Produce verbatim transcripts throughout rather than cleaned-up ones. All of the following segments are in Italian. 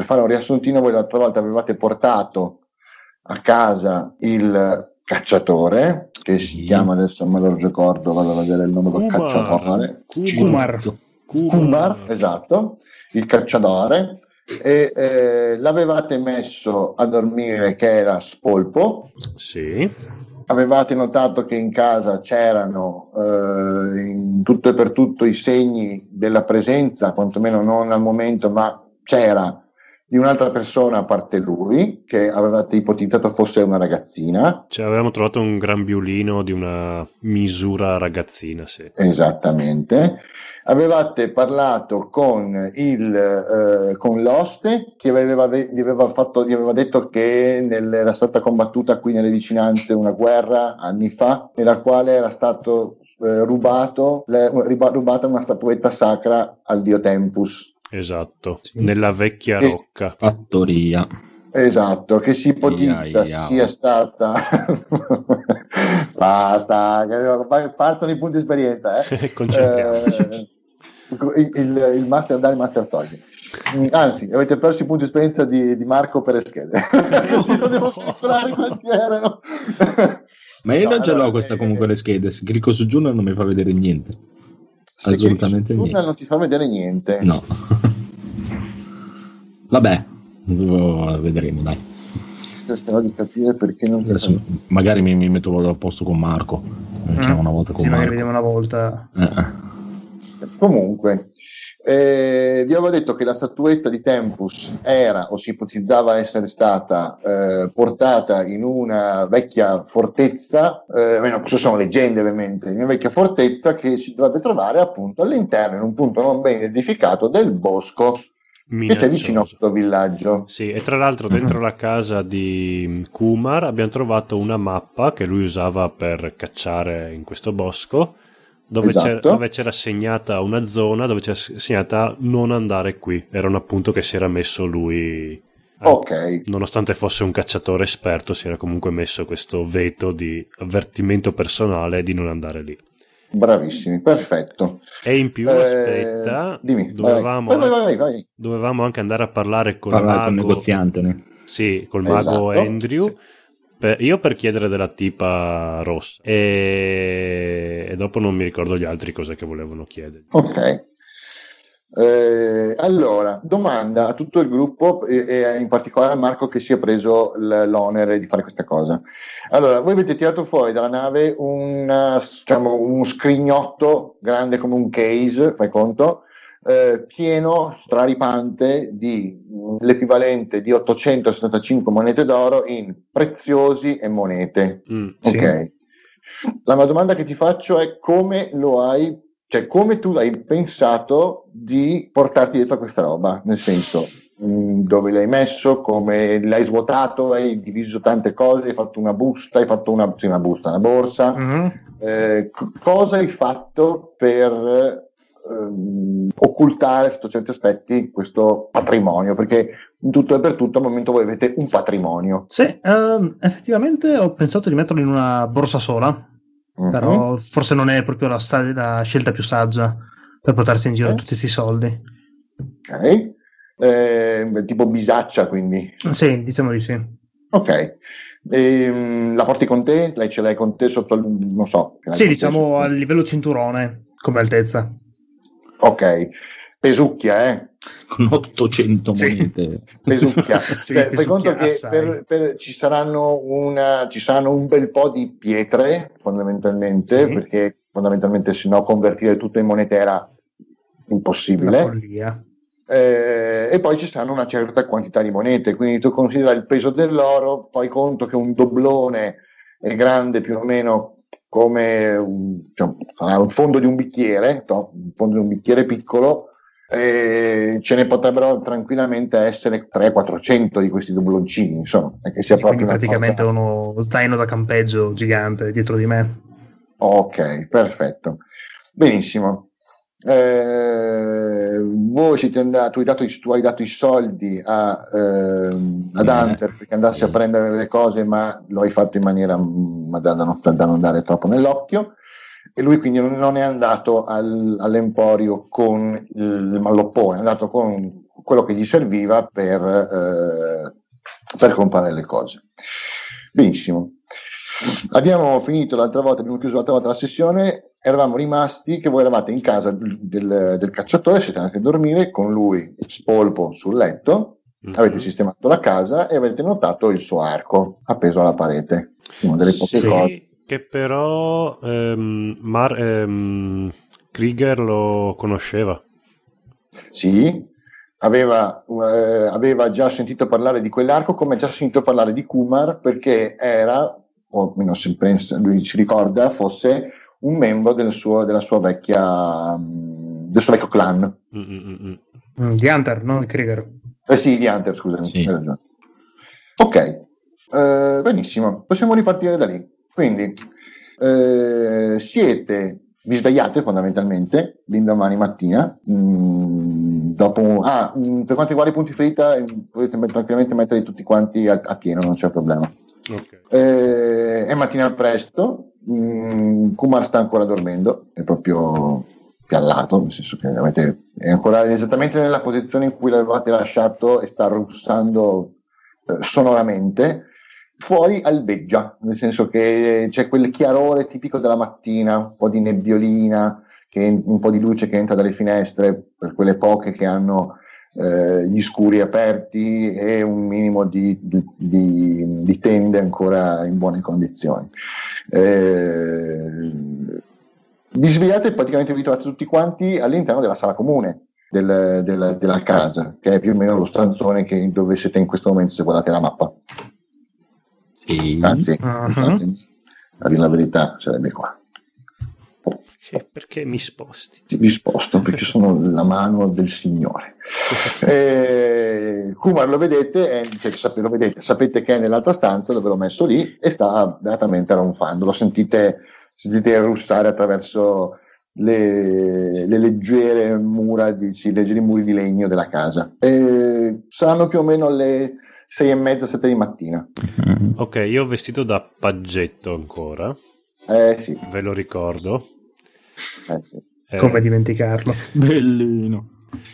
per fare un riassuntino, voi l'altra volta avevate portato a casa il cacciatore, che si sì. chiama, adesso me lo ricordo, vado a vedere il nome del cacciatore, Kumar. Kumar, esatto, il cacciatore, e eh, l'avevate messo a dormire che era spolpo. Sì. Avevate notato che in casa c'erano eh, in tutto e per tutto i segni della presenza, quantomeno non al momento, ma c'era di un'altra persona a parte lui, che avevate ipotizzato fosse una ragazzina. Cioè avevamo trovato un grembiulino di una misura ragazzina, sì. Esattamente. Avevate parlato con il eh, con l'oste che aveva, gli, aveva fatto, gli aveva detto che nel, era stata combattuta qui nelle vicinanze una guerra anni fa, nella quale era stato eh, rubato le, rubata una statuetta sacra al dio Tempus. Esatto, sì. Nella vecchia che, rocca. Fattoria. Esatto, che si ipotizza ia, ia. sia stata basta, partono i punti di esperienza, eh. Concentriamoci. Eh, il, il, il master dà, il master toglie. Anzi, avete perso i punti di esperienza di, di Marco per le schede. Non devo calcolare quanti erano. Ma io no, non ce allora, l'ho questa eh, comunque le schede. Se clicco su Journal non mi fa vedere niente. Assolutamente niente. Non ti fa vedere niente. No. Vabbè, vedremo, dai. Cercherò di capire perché non adesso fa... magari mi, mi metto a posto con Marco. Mm. Una volta con sì, Marco. magari vediamo una volta. Eh. Comunque, eh, vi avevo detto che la statuetta di Tempus era, o si ipotizzava essere stata, eh, portata in una vecchia fortezza, eh, meno, queste sono leggende ovviamente, in una vecchia fortezza che si dovrebbe trovare appunto all'interno, in un punto non ben identificato, del bosco che c'è vicino a questo villaggio. Sì, e tra l'altro dentro mm-hmm. la casa di Kumar abbiamo trovato una mappa che lui usava per cacciare in questo bosco, dove, esatto. c'era, dove c'era segnata una zona dove c'era segnata non andare qui. Era un appunto che si era messo lui, ok, nonostante fosse un cacciatore esperto, si era comunque messo questo veto di avvertimento personale di non andare lì. Bravissimi, perfetto. E in più, eh, aspetta, dimmi, dovevamo, vai, vai, vai, vai. dovevamo anche andare a parlare con Parlare il mago, con il negoziante, né? Sì, col mago esatto. Andrew. Sì. Per, io per chiedere della tipa rossa e, e dopo non mi ricordo gli altri cose che volevano chiedere. Ok. Eh, allora, domanda a tutto il gruppo e, e in particolare a Marco che si è preso l'onere di fare questa cosa. Allora, voi avete tirato fuori dalla nave una, diciamo, uno scrignotto grande come un case, fai conto, eh, pieno, straripante di l'equivalente di ottocentosettantacinque monete d'oro in preziosi e monete. Mm, ok. Sì. La mia domanda che ti faccio è come lo hai, cioè come tu hai pensato di portarti dietro a questa roba, nel senso mh, dove l'hai messo, come l'hai svuotato, hai diviso tante cose, hai fatto una busta, hai fatto una, sì, una busta, una borsa, mm-hmm. eh, c- cosa hai fatto per ehm, occultare sotto certi aspetti questo patrimonio, perché in tutto e per tutto al momento voi avete un patrimonio. Sì, um, effettivamente ho pensato di metterlo in una borsa sola. Uh-huh. Però forse non è proprio la, sta- la scelta più saggia per portarsi in giro okay. tutti questi soldi. Ok, eh, tipo bisaccia quindi. Sì, diciamo di sì. Ok, e, la porti con te? Lei ce l'hai con te sotto il, non so. Sì, diciamo a livello cinturone come altezza. Ok, pesucchia, eh? Con ottocento monete. Sì, pesucchia. sì, per, fai conto che per, per, ci saranno una ci saranno un bel po' di pietre fondamentalmente, sì. Perché fondamentalmente se no convertire tutto in moneta era impossibile. Eh, e poi ci saranno una certa quantità di monete, quindi tu considera il peso dell'oro, fai conto che un doblone è grande più o meno come un, cioè, sarà un fondo di un bicchiere, no? Un fondo di un bicchiere piccolo. E ce ne potrebbero tranquillamente essere trecento quattrocento di questi dobloncini, insomma, che sia sì, proprio praticamente forza... uno zaino da campeggio gigante dietro di me. Ok, perfetto, benissimo. Eh, voi siete andati, tu hai dato i, tu hai dato i soldi a, eh, ad Hunter perché andasse a prendere le cose, ma lo hai fatto in maniera ma da, non, da non dare troppo nell'occhio. E lui quindi non è andato al, all'Emporio con il malloppone, è andato con quello che gli serviva per, eh, per comprare le cose. Benissimo. Abbiamo finito l'altra volta, abbiamo chiuso l'altra volta la sessione, eravamo rimasti che voi eravate in casa del, del cacciatore, siete andati a dormire con lui spolpo sul letto, mm-hmm. avete sistemato la casa e avete notato il suo arco appeso alla parete, una delle poche sì, cose. Che però ehm, Mar- ehm, Krieger lo conosceva. Sì, aveva, eh, aveva già sentito parlare di quell'arco, come ha già sentito parlare di Kumar, perché era, o almeno se pensa, lui ci ricorda, fosse un membro del suo, della sua vecchia, del suo vecchio clan. Mm, di Hunter, non di Krieger. Eh sì, di Hunter, scusami, sì. Hai ragione. Ok, eh, benissimo, possiamo ripartire da lì. Quindi, eh, siete... vi svegliate fondamentalmente l'indomani mattina, mh, dopo ah, mh, per quanto riguarda i punti ferita potete tranquillamente metterli tutti quanti a, a pieno, non c'è problema. Okay. Eh, è mattina presto, mh, Kumar sta ancora dormendo, è proprio piallato, nel senso che avete, è ancora esattamente nella posizione in cui l'avevate lasciato e sta russando eh, sonoramente. Fuori albeggia, nel senso che c'è quel chiarore tipico della mattina, un po' di nebbiolina, che, un po' di luce che entra dalle finestre per quelle poche che hanno eh, gli scuri aperti e un minimo di, di, di, di tende ancora in buone condizioni. Eh, vi svegliate e praticamente vi trovate tutti quanti all'interno della sala comune del, del, della casa, che è più o meno lo stanzone che, dove siete in questo momento se guardate la mappa. Sì. Anzi, uh-huh. infatti, a dire la verità sarebbe qua. Perché, perché mi sposti? Vi sposto perché sono la mano del Signore. eh, Kumar lo vedete, è, cioè, sap- lo vedete, sapete che è nell'altra stanza dove l'ho messo lì e sta beatamente ronfando. Lo sentite, sentite russare attraverso le, le leggere mura di, sì, leggeri muri di legno della casa. Eh, saranno più o meno le sei e mezza, sette di mattina. Ok, io ho vestito da paggetto ancora. Eh sì. Ve lo ricordo. Eh sì. Eh. Come dimenticarlo? Bellino.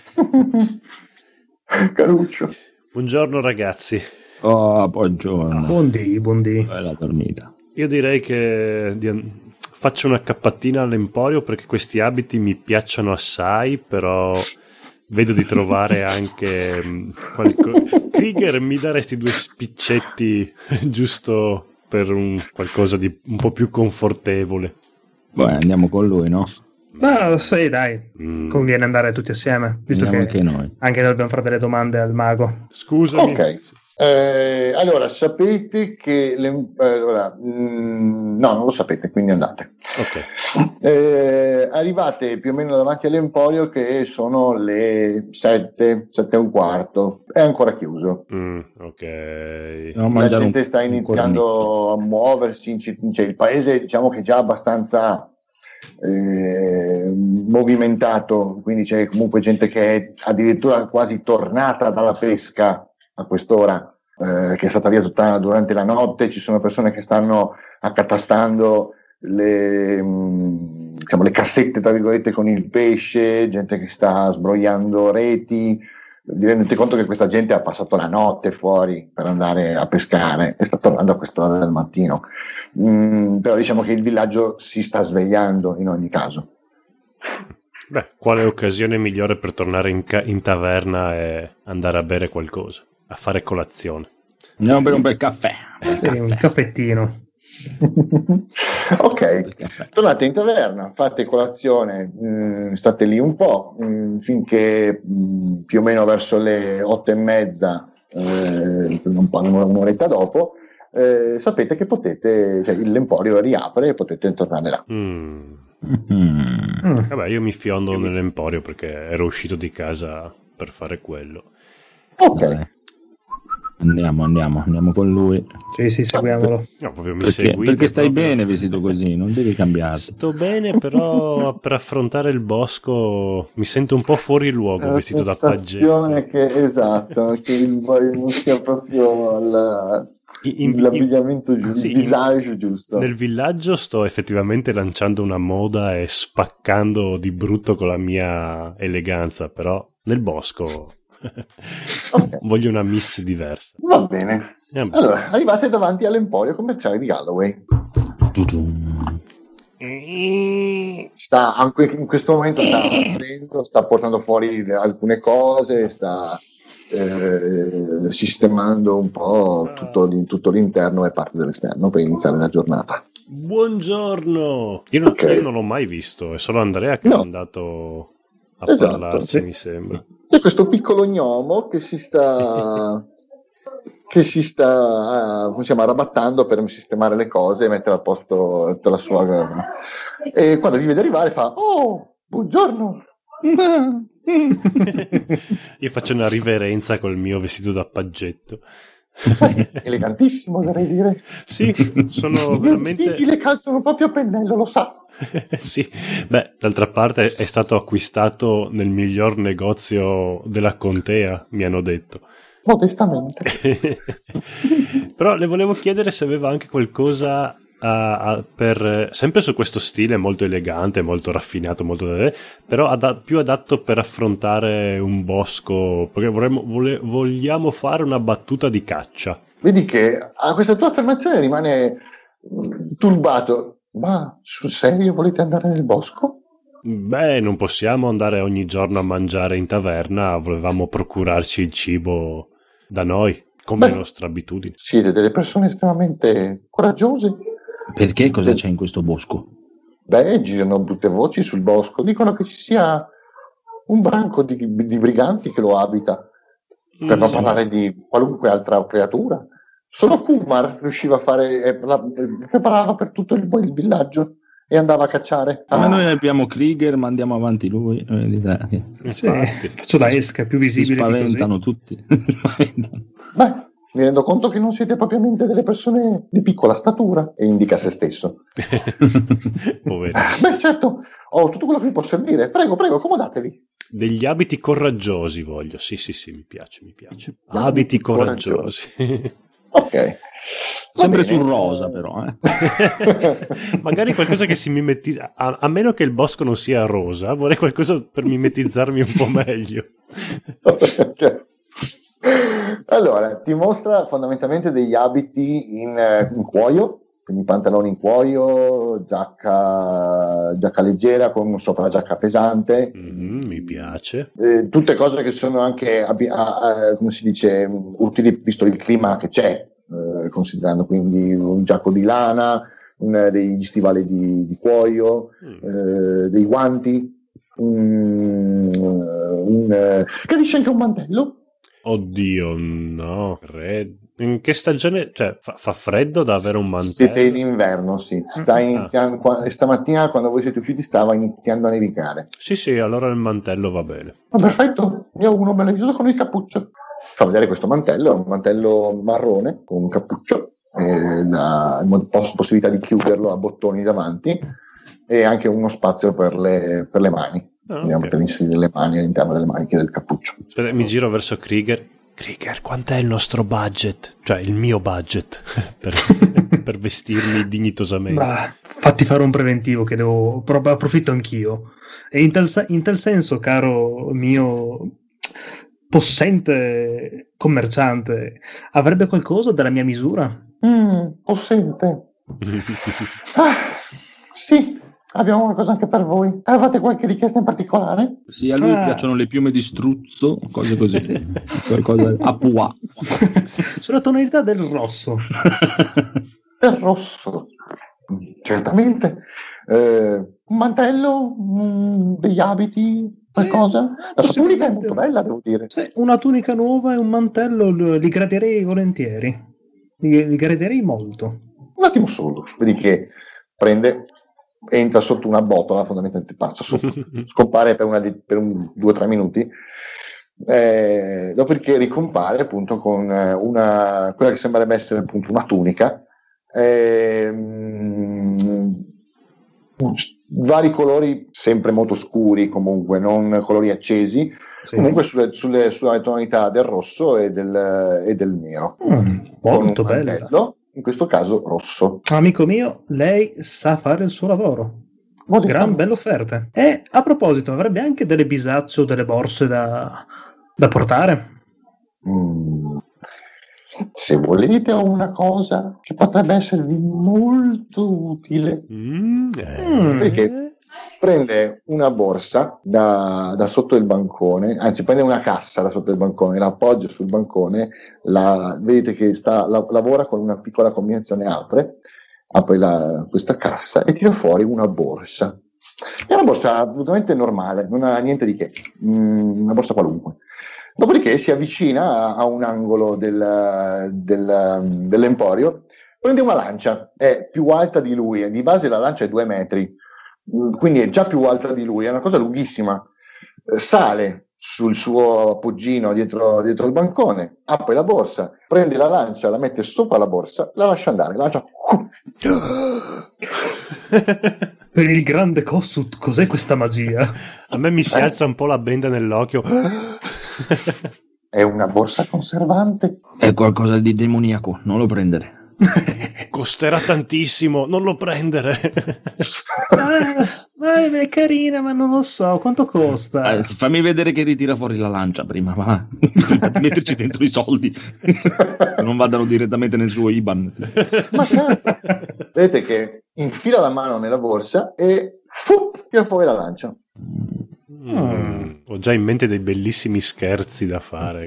Caruccio. Buongiorno ragazzi. Oh, buongiorno. Buondì, buondì. Bella dormita. Io direi che di... faccio una cappattina all'Emporio perché questi abiti mi piacciono assai, però... vedo di trovare anche qualcosa. Krieger, mi daresti due spiccetti giusto per un qualcosa di un po' più confortevole? Beh, andiamo con lui, no? Ma sì, dai, mm. conviene andare tutti assieme, visto andiamo che anche noi. Anche noi dobbiamo fare delle domande al mago. Scusami. Ok. Eh, allora, sapete che le, eh, allora, mh, no, non lo sapete, quindi andate. Ok. Eh, arrivate più o meno davanti all'Emporio che sono le sette, sette e un quarto, è ancora chiuso. Mm, ok. La gente sta iniziando a muoversi, cioè il paese diciamo che è già abbastanza eh, movimentato, quindi c'è comunque gente che è addirittura quasi tornata dalla pesca a quest'ora, eh, che è stata via tutta durante la notte. Ci sono persone che stanno accatastando le, mh, diciamo, le cassette tra virgolette con il pesce, gente che sta sbrogliando reti. Vi rendete conto che questa gente ha passato la notte fuori per andare a pescare e sta tornando a quest'ora del mattino. Mm, però diciamo che il villaggio si sta svegliando in ogni caso. Beh, quale occasione migliore per tornare in, ca- in taverna e andare a bere qualcosa, a fare colazione. Andiamo a bere un bel caffè. Un, sì, caffè. Un caffettino. Ok, tornate in taverna, fate colazione, mh, state lì un po' mh, finché mh, più o meno verso le otto e mezza, eh, un po' un'oretta dopo, eh, sapete che potete, cioè l'Emporio riapre e potete tornare là. Mm. Mm. Vabbè, io mi fiondo nell'Emporio perché ero uscito di casa per fare quello. Ok. Dai. Andiamo, andiamo, andiamo con lui. Sì, sì, seguiamolo. No, proprio mi perché, seguite, perché stai proprio... bene vestito così, non devi cambiare. Sto bene, però per affrontare il bosco mi sento un po' fuori luogo vestito da paggetto. Che, esatto, che il non sia proprio al, in, in, l'abbigliamento in, giusto, sì, il visage giusto. Nel villaggio sto effettivamente lanciando una moda e spaccando di brutto con la mia eleganza, però nel bosco Okay. Voglio una miss diversa. Va bene. Yeah, allora, arrivate davanti all'emporio commerciale di Galloway. Sta anche in questo momento sta aprendo, sta portando fuori alcune cose, sta eh, sistemando un po' tutto, tutto l'interno e parte dell'esterno per iniziare la giornata. Buongiorno. Io non, okay. io non l'ho mai visto, è solo Andrea che no. è andato a esatto, parlarci, sì. mi sembra. C'è questo piccolo gnomo che si sta che si sta come si chiama, arrabattando per sistemare le cose e mettere a posto tutta la sua, e quando vi vede arrivare fa: oh, buongiorno. Io faccio una riverenza col mio vestito da paggetto. Elegantissimo, oserei dire. Sì, sono i veramente... vestiti le calzano proprio a pennello, lo sa. Sì, beh, d'altra parte è stato acquistato nel miglior negozio della contea, mi hanno detto. Modestamente. Però le volevo chiedere se aveva anche qualcosa a, a, per sempre su questo stile molto elegante, molto raffinato, molto però ad, più adatto per affrontare un bosco, perché vorremmo, vole, vogliamo fare una battuta di caccia. Vedi che a questa tua affermazione rimane turbato. Ma sul serio volete andare nel bosco? Beh, non possiamo andare ogni giorno a mangiare in taverna, volevamo procurarci il cibo da noi, come Beh, nostra abitudine. Siete delle persone estremamente coraggiose. Perché? Cosa c'è in questo bosco? Beh, girano brutte voci sul bosco, dicono che ci sia un branco di, di briganti che lo abita, per mm, non sì. parlare di qualunque altra creatura. Solo Kumar riusciva a fare, eh, la, eh, preparava per tutto il, il villaggio e andava a cacciare. Ah. Ma noi abbiamo Krieger, ma andiamo avanti lui. Sì, faccio da esca, più visibile. Si spaventano tutti. Beh, mi rendo conto che non siete propriamente delle persone di piccola statura, e indica se stesso. Beh, certo, ho tutto quello che vi può servire. Prego, prego, accomodatevi. Degli abiti coraggiosi voglio. Sì, sì, sì, mi piace, mi piace. Abiti, abiti coraggiosi. coraggiosi. Ok. Sempre sul rosa, però. Eh. Magari qualcosa che si mimetizza. A, a meno che il bosco non sia rosa, vorrei qualcosa per mimetizzarmi un po' meglio. Allora, ti mostra fondamentalmente degli abiti in, in cuoio, quindi pantaloni in cuoio, giacca, giacca leggera con sopra la giacca pesante. Mm, mi piace. Eh, tutte cose che sono anche, a, a, come si dice, utili visto il clima che c'è, eh, considerando quindi un giacco di lana, un, degli stivali di, di cuoio, mm. eh, dei guanti, un, un, capisci anche un mantello? Oddio, no. In che stagione? Cioè, fa, fa freddo da avere un mantello? Siete in inverno, sì. Sta iniziando, ah. Stamattina, quando voi siete usciti, stava iniziando a nevicare. Sì, sì, allora il mantello va bene. Oh, perfetto, ne ho uno meraviglioso con il cappuccio. Fa vedere questo mantello, è un mantello marrone con un cappuccio, eh, la poss- possibilità di chiuderlo a bottoni davanti e anche uno spazio per le, per le mani. Ah, andiamo okay. per inserire le mani all'interno delle maniche del cappuccio. Aspetta, mi giro verso Krieger. Krieger, quant'è il nostro budget? Cioè il mio budget per, per vestirmi dignitosamente. Bah, fatti fare un preventivo che devo proprio approfitto anch'io. E in tal, in tal senso, caro mio possente commerciante, avrebbe qualcosa della mia misura? Mm, possente. ah, sì. Abbiamo qualcosa anche per voi. Avete qualche richiesta in particolare? Sì, a lui ah. piacciono le piume di struzzo, cose così. Qualcosa a pua. Sulla tonalità del rosso. Del rosso. Certamente. Eh, un mantello, mh, degli abiti, qualcosa. La sua tunica è molto bella, devo dire. Sì, una tunica nuova e un mantello li gradirei volentieri. Li, li gradirei molto. Un attimo solo. Vedi che prende... entra sotto una botola, fondamentalmente passa sotto, scompare per, una di, per un, due o tre minuti, eh, dopodiché ricompare appunto con una, quella che sembrerebbe essere appunto una tunica, eh, mh, vari colori sempre molto scuri, comunque non colori accesi, sì. Comunque sulle, sulle, sulla tonalità del rosso e del, e del nero, mm, molto bello. In questo caso rosso. Amico mio, lei sa fare il suo lavoro. Gran belle offerte. E a proposito, avrebbe anche delle bisacce o delle borse da, Da portare? Mm. Se volete ho una cosa che potrebbe esservi molto utile. Mm. Eh. Perché prende una borsa da, da sotto il bancone, anzi prende una cassa da sotto il bancone, la appoggia sul bancone, la, vedete che sta, la, lavora con una piccola combinazione, apre, apre la, questa cassa e tira fuori una borsa. È una borsa assolutamente normale, non ha niente di che, mm, una borsa qualunque. Dopodiché si avvicina a, a un angolo del, del, dell'emporio, prende una lancia, è più alta di lui, di base la lancia è due metri, quindi è già più alta di lui, è una cosa lunghissima, sale sul suo appoggino dietro, dietro il bancone, apre la borsa, prende la lancia, la mette sopra la borsa, la lascia andare, la lancia... Per il grande Kossut, cos'è questa magia? A me mi si eh? alza un po' la benda nell'occhio. È una borsa conservante? È qualcosa di demoniaco, non lo prendere. Costerà tantissimo, non lo prendere. ah, è carina, ma non lo so quanto costa. Eh, fammi vedere che ritira fuori la lancia prima, va. Metterci dentro i soldi, non vadano direttamente nel suo I B A N. Ma certo. Vedete che infila la mano nella borsa e fup, tira fuori la lancia. Mm. Ho già in mente dei bellissimi scherzi da fare.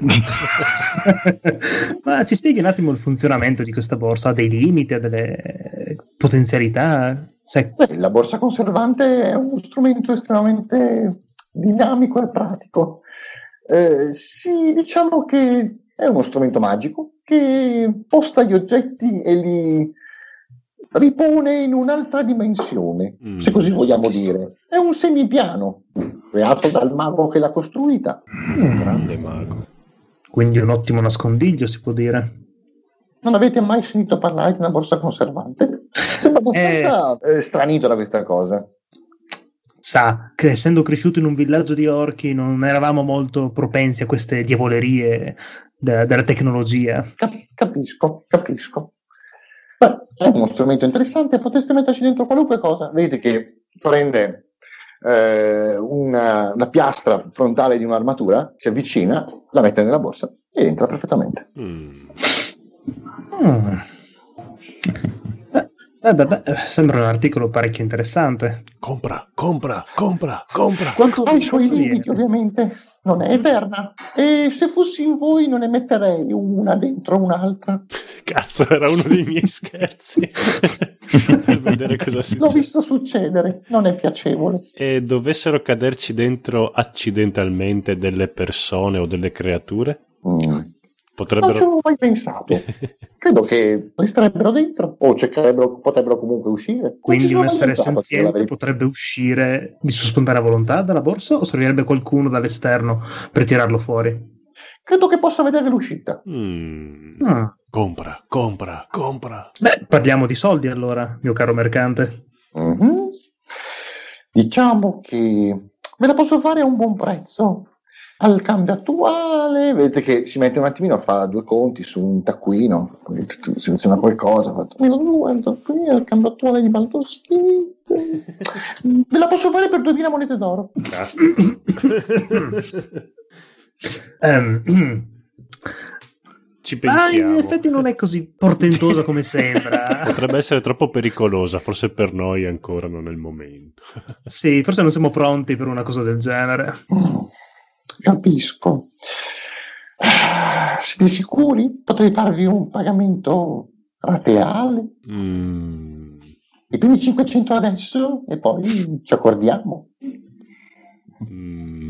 Ma ci spieghi un attimo il funzionamento di questa borsa? Ha dei limiti, ha delle potenzialità? Se... Beh, la borsa conservante è uno strumento estremamente dinamico e pratico. Eh, sì, diciamo che è uno strumento magico che posta gli oggetti e li ripone in un'altra dimensione, mm. se così vogliamo dire. È un semipiano creato dal mago che l'ha costruita. Un grande mago. Quindi un ottimo nascondiglio, si può dire. Non avete mai sentito parlare di una borsa conservante? Sembra abbastanza eh... stranito da questa cosa. Sa che essendo cresciuto in un villaggio di orchi non eravamo molto propensi a queste diavolerie de- della tecnologia. Cap- capisco, capisco. Beh, è uno strumento interessante, potreste metterci dentro qualunque cosa. Vedete che prende eh, una, una piastra frontale di un'armatura, si avvicina, la mette nella borsa e entra perfettamente. Mm. Mm. Eh, beh, beh, sembra un articolo parecchio interessante. Compra, compra, compra, compra. Quanto ha i suoi limiti, ovviamente. Non è eterna. E se fossi in voi non ne metterei una dentro un'altra. Cazzo, era uno dei miei scherzi. Per vedere cosa succede. L'ho visto succedere, non è piacevole. E dovessero caderci dentro accidentalmente delle persone o delle creature? Mm. Potrebbero... Non ci avevo mai pensato. Credo che resterebbero dentro o cercherebbero, potrebbero comunque uscire. Quindi un essere senziente potrebbe uscire di sua spontanea volontà dalla borsa o servirebbe qualcuno dall'esterno per tirarlo fuori? Credo che possa vedere l'uscita. Mm. Ah. Compra, compra, compra. Beh, parliamo di soldi allora, mio caro mercante. Mm-hmm. Diciamo che me la posso fare a un buon prezzo. Al cambio attuale, vedete che si mette un attimino a fare due conti su un taccuino, seleziona qualcosa, fa al cambio attuale di Baldur's Gate, ve la posso fare per duemila monete d'oro. um, Ci pensiamo. Ah, in effetti non è così portentosa come sembra. Potrebbe essere troppo pericolosa, forse per noi ancora non è il momento. Sì, forse non siamo pronti per una cosa del genere. Capisco. Siete sicuri? Potrei farvi un pagamento rateale? Mm. I primi cinquecento adesso e poi ci accordiamo. Mm.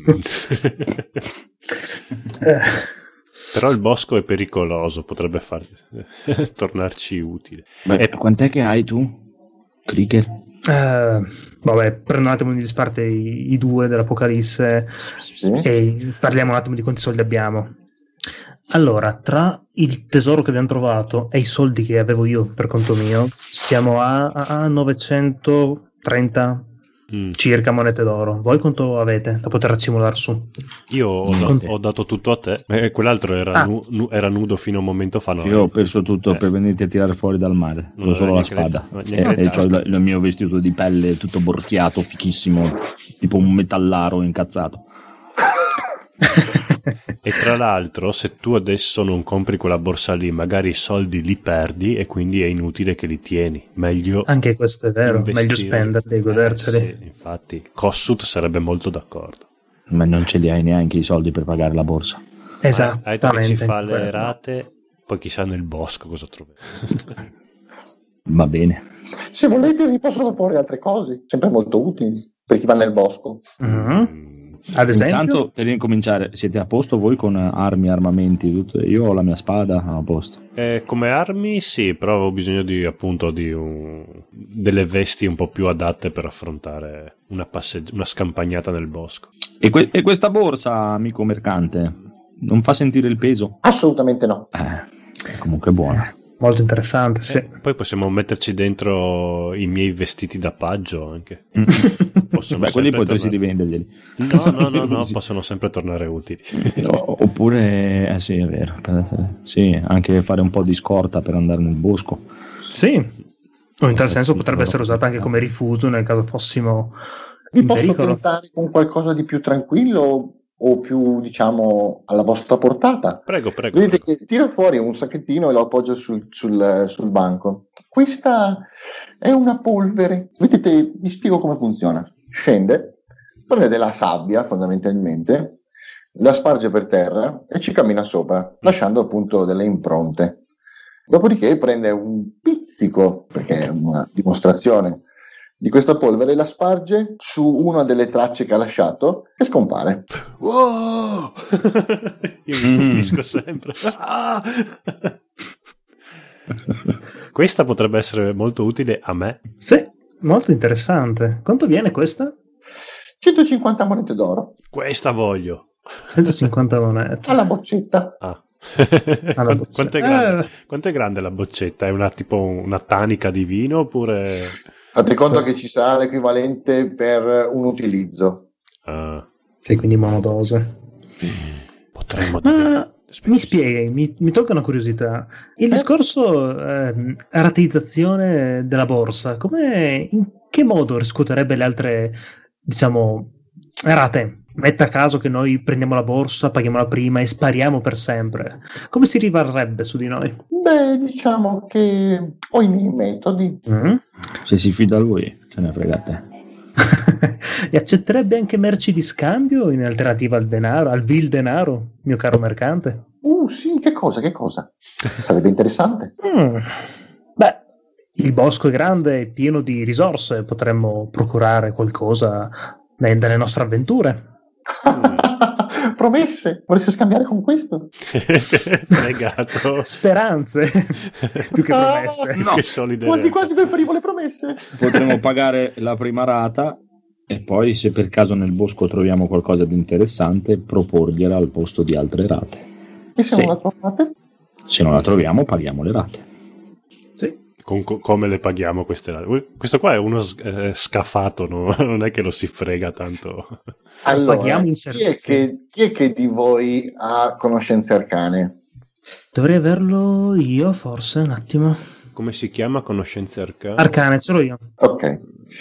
Però il bosco è pericoloso, potrebbe far tornarci utile. Beh, e quant'è che hai tu, Krieger? Uh, vabbè, prendo un attimo di disparte i, i due dell'Apocalisse sì. E parliamo un attimo di quanti soldi abbiamo. Allora, tra il tesoro che abbiamo trovato e i soldi che avevo io per conto mio, siamo a, a novecentotrenta mm. circa monete d'oro. Voi quanto avete da poter accumulare su? Io ho, da- ho dato tutto a te, eh, quell'altro era, ah. nu- nu- era nudo fino a un momento fa. No? Io ho perso tutto eh. per venirti a tirare fuori dal mare, non solo la spada e, e c'ho il, il mio vestito di pelle tutto borchiato, fichissimo, tipo un metallaro incazzato. E tra l'altro, se tu adesso non compri quella borsa lì, magari i soldi li perdi e quindi è inutile che li tieni. Meglio anche questo è vero, investire. Meglio spenderli e goderseli. Eh, sì, infatti Kossut sarebbe molto d'accordo. Ma non ce li hai neanche i soldi per pagare la borsa. Esattamente. Hai detto che ci fa le rate, poi chissà nel bosco cosa trovi. Va bene. Se volete vi posso proporre altre cose, sempre molto utili per chi va nel bosco. Mm-hmm. Ad esempio? Intanto, per incominciare, siete a posto voi con armi, armamenti, tutto? Io ho la mia spada a posto. Eh, come armi sì, però ho bisogno di appunto di un... delle vesti un po' più adatte per affrontare una, passegg- una scampagnata nel bosco. E, que- e questa borsa, amico mercante, non fa sentire il peso? Assolutamente no. Eh, comunque buona. Molto interessante, sì. Eh, poi possiamo metterci dentro i miei vestiti da paggio anche. Beh, quelli potresti tornare... rivenderli. No, no, no, no, possono sempre tornare utili. No, oppure, eh sì, è vero. Sì, anche fare un po' di scorta per andare nel bosco. Sì, o in tal senso potrebbe essere usata anche come rifuso nel caso fossimo Vi in posso pericolo. tentare con qualcosa di più tranquillo o più, diciamo, alla vostra portata? Prego, prego. Vedete prego. che tiro fuori un sacchettino e lo appoggio sul, sul, sul banco. Questa è una polvere. Vedete, vi spiego come funziona. Scende, prende della sabbia fondamentalmente, la sparge per terra e ci cammina sopra, lasciando appunto delle impronte. Dopodiché prende un pizzico, perché è una dimostrazione, di questa polvere, la sparge su una delle tracce che ha lasciato e scompare. Wow! Io mi stupisco sempre. Ah! Questa potrebbe essere molto utile a me. Sì, molto interessante. Quanto viene questa? centocinquanta monete d'oro. Questa voglio. centocinquanta monete. Alla boccetta. Ah. Alla Quanto, quanto, è grande, eh. quanto è grande la boccetta? È una tipo una tanica di vino oppure... Fate conto sì. che ci sarà l'equivalente per un utilizzo. Ah. Sì, quindi monodose. Potremmo Ma mi spieghi, mi, mi tocca una curiosità. Il eh? discorso eh, rateizzazione della borsa, come, in che modo riscuoterebbe le altre, diciamo, rate? Metta caso che noi prendiamo la borsa, paghiamo la prima e spariamo per sempre. Come si rivarrebbe su di noi? Beh, diciamo che ho i miei metodi. Mm-hmm. Se si fida a lui, se ne frega a te. E accetterebbe anche merci di scambio in alternativa al denaro, al vil denaro, mio caro mercante? Uh, sì, che cosa, che cosa? Sarebbe interessante. Mm. Beh, il bosco è grande e pieno di risorse, potremmo procurare qualcosa dalle nostre avventure. Promesse? Vorresti scambiare con questo? Negato. Speranze più che promesse. Ah, no. Che solide quasi quasi preferivo le promesse. Potremmo pagare la prima rata e poi, se per caso nel bosco troviamo qualcosa di interessante, proporgliela al posto di altre rate. E se sì. non la trovate? Se non la troviamo, paghiamo le rate. Sì. Con, co- come le paghiamo queste rate? Questo qua è uno eh, scafato, no? Non è che lo si frega tanto. Allora, paghiamo in chi, è che, chi è che di voi ha conoscenze arcane? Dovrei averlo io, forse, un attimo. Come si chiama conoscenze arcane? Arcane, ce l'ho io. Ok.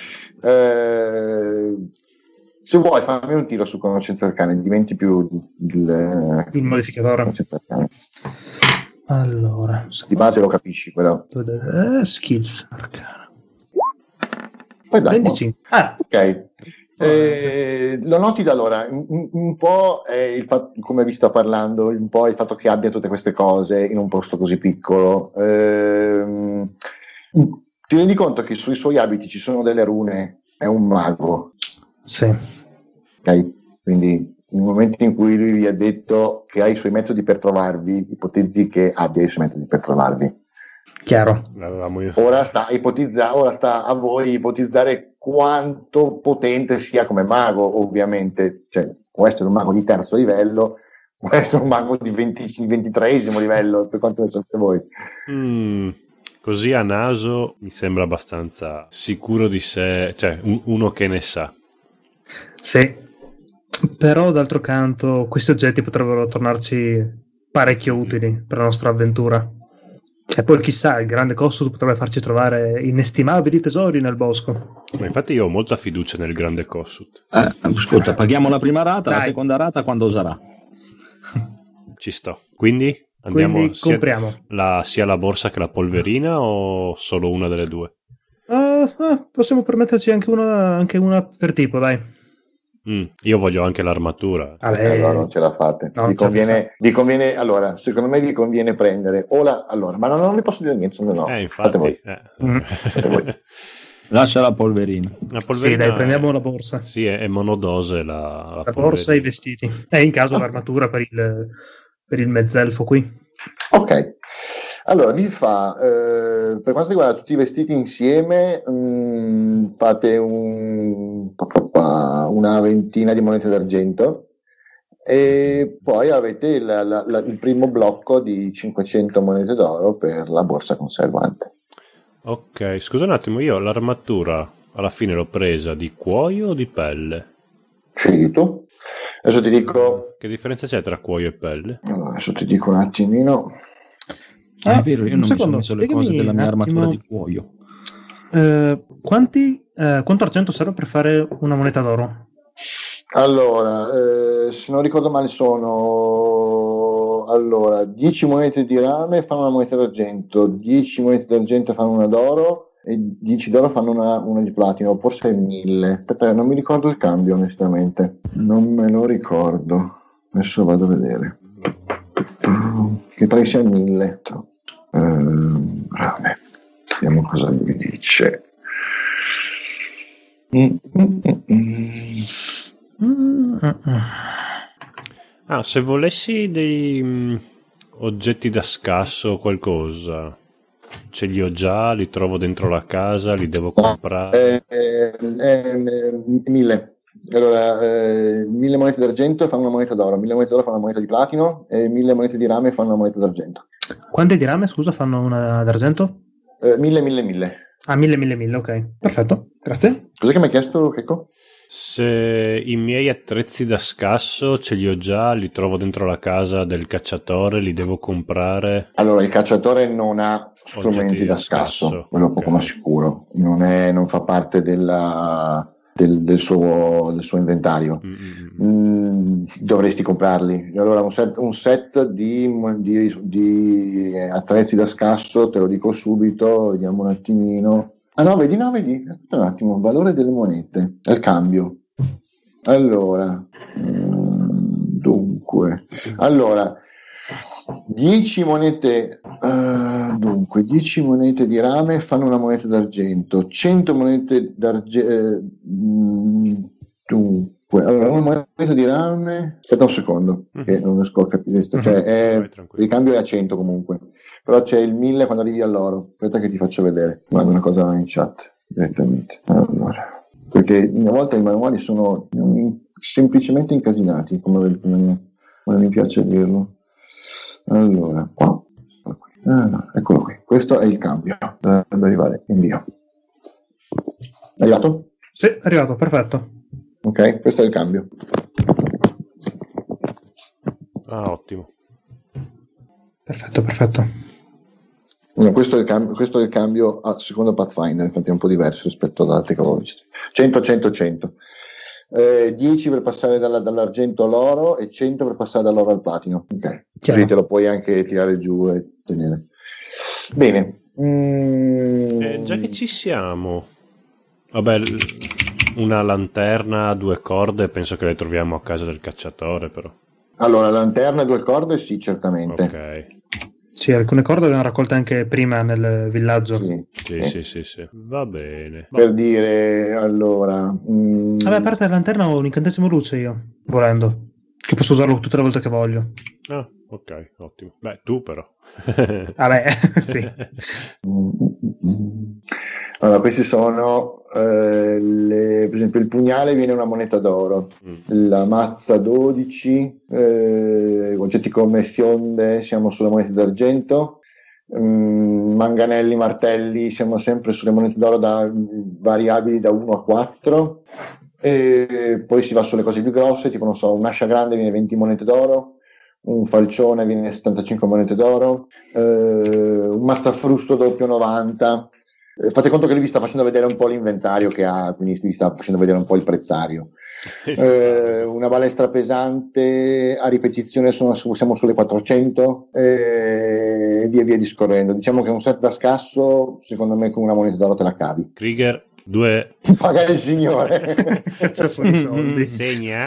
Eh, se vuoi fammi un tiro su conoscenze arcane, diventi più il, il modificatore. Conoscenze arcane. Allora, di base lo capisci, però. Eh, skills arcane. Poi dai, venticinque. Ah. Ok. Eh, lo noti da allora un, un po' è il fatto, come vi sto parlando, un po' il fatto che abbia tutte queste cose in un posto così piccolo. Eh, ti rendi conto che sui suoi abiti ci sono delle rune? È un mago. Sì. Ok? Quindi nel momento in cui lui vi ha detto che ha i suoi metodi per trovarvi, ipotizzi che abbia i suoi metodi per trovarvi. Chiaro. Ora sta, ipotizza, ora sta a voi ipotizzare quanto potente sia come mago, ovviamente. Cioè, può essere un mago di terzo livello, può essere un mago di ventitreesimo livello, per quanto ne sapete voi. Mm, così a naso mi sembra abbastanza sicuro di sé, cioè un, uno che ne sa. Sì. Però d'altro canto questi oggetti potrebbero tornarci parecchio utili per la nostra avventura. E poi chissà, il grande Kossut potrebbe farci trovare inestimabili tesori nel bosco. Ma infatti io ho molta fiducia nel grande Kossut. Eh, ascolta, paghiamo la prima rata, Dai. La seconda rata quando sarà? ci sto. Quindi andiamo Quindi sia, compriamo. La, sia la borsa che la polverina o solo una delle due? Uh, uh, possiamo permetterci anche una, anche una per tipo, dai. Mm, io voglio anche l'armatura. Eh, allora non ce la fate. No, vi, conviene, vi conviene, allora, secondo me vi conviene prendere o la, allora, ma non, non vi posso dire niente, se no. Eh, infatti. Fate voi. Eh. Mm. Fate voi. Lascia la polverina. La polverina Sì, dai, prendiamo è, la borsa. Sì, è, è monodose la, la, La borsa e i polverina. vestiti. E in caso l'armatura per il, per il mezzelfo qui. Ok. Allora, vi fa, eh, per quanto riguarda tutti i vestiti insieme, mh, fate un, pa, pa, pa, una ventina di monete d'argento e poi avete la, la, la, il primo blocco di cinquecento monete d'oro per la borsa conservante. Ok, scusa un attimo, io l'armatura alla fine l'ho presa di cuoio o di pelle? Scegli tu. Adesso ti dico... Che differenza c'è tra cuoio e pelle? Allora, adesso ti dico un attimino... Ah, è vero, io non secondo, mi sono messo le cose della mia armatura di cuoio. Eh, quanti, eh, quanto argento serve per fare una moneta d'oro? Allora, eh, se non ricordo male sono allora dieci monete di rame fanno una moneta d'argento, dieci monete d'argento fanno una d'oro e dieci d'oro fanno una, una di platino, forse è mille. Aspetta, non mi ricordo il cambio onestamente, non me lo ricordo. Adesso vado a vedere. Che pare sia mille. Uh, rame. Vediamo cosa mi dice. Mm, mm, mm, mm. Ah, se volessi dei mh, oggetti da scasso o qualcosa, ce li ho già, li trovo dentro la casa, li devo comprare. Eh, eh, eh, mille. Allora, eh, mille monete d'argento fanno una moneta d'oro, mille monete d'oro fanno una moneta di platino e mille monete di rame fanno una moneta d'argento. Quante di rame, scusa, fanno una d'argento? Eh, mille, mille, mille. Ah, mille, mille, mille, ok. Perfetto, grazie. Cos'è che mi hai chiesto, Checco? Se i miei attrezzi da scasso ce li ho già, li trovo dentro la casa del cacciatore, li devo comprare. Allora, il cacciatore non ha strumenti Oggetti da da scasso, scasso, quello ok. poco ma sicuro. Non, è, non fa parte della... Del, del, suo, del suo inventario. Mm-hmm. Mm, dovresti comprarli. Allora un set, un set di, di, di attrezzi da scasso, te lo dico subito, vediamo un attimino. Ah no, vedi, no, vedi, aspetta un attimo, valore delle monete, il cambio. Allora, mm, dunque, allora dieci monete, uh, dunque dieci monete di rame fanno una moneta d'argento, cento monete d'argento, eh, dunque, allora una moneta di rame, aspetta un secondo, mm-hmm. che non riesco a capire, mm-hmm. cioè è, il cambio è a cento comunque, però c'è il mille quando arrivi all'oro, aspetta che ti faccio vedere, guarda una cosa in chat direttamente, allora, perché una volta i manuali sono semplicemente incasinati, come, come, come mi piace dirlo. Allora, qua. Ah, no, eccolo qui. Questo è il cambio. Dovrebbe arrivare invio. È arrivato? Sì, è arrivato, perfetto. Ok, questo è il cambio. Ah, ottimo. Perfetto, perfetto. No, questo, è il cambio, questo è il cambio a secondo Pathfinder, infatti è un po' diverso rispetto ad altri che avevo visto. cento, cento, cento. Eh, dieci per passare dalla, dall'argento all'oro e cento per passare dall'oro al platino. Ok, così te lo puoi anche tirare giù e tenere. Bene. Mm. Eh, già che ci siamo, vabbè, una lanterna a due corde penso che le troviamo a casa del cacciatore, però. Allora, lanterna a due corde, sì, certamente. Ok. Sì, alcune corde abbiamo raccolte anche prima nel villaggio. Sì, sì, eh. sì, sì, sì. Va bene. Per dire, allora... Mm... Vabbè, a parte la lanterna ho un incantesimo luce io, volendo, che posso usarlo tutte le volte che voglio. Ah, ok, ottimo. Beh, tu però. Vabbè, sì. Allora, questi sono, eh, le, per esempio, il pugnale viene una moneta d'oro, mm. la mazza dodici, eh, oggetti come fionde siamo sulle monete d'argento, mm, manganelli, martelli siamo sempre sulle monete d'oro da variabili da uno a quattro, e poi si va sulle cose più grosse, tipo non so, un'ascia grande viene venti monete d'oro, un falcione viene settantacinque monete d'oro, eh, un mazzafrusto doppio novanta. Fate conto che lui vi sta facendo vedere un po' l'inventario che ha, quindi vi sta facendo vedere un po' il prezzario. eh, una balestra pesante a ripetizione sono, siamo sulle quattrocento eh, e via via discorrendo. Diciamo che un set da scasso, secondo me, con una moneta d'oro te la cavi. Krieger due paga il signore. C'è fuori soldi. Segna.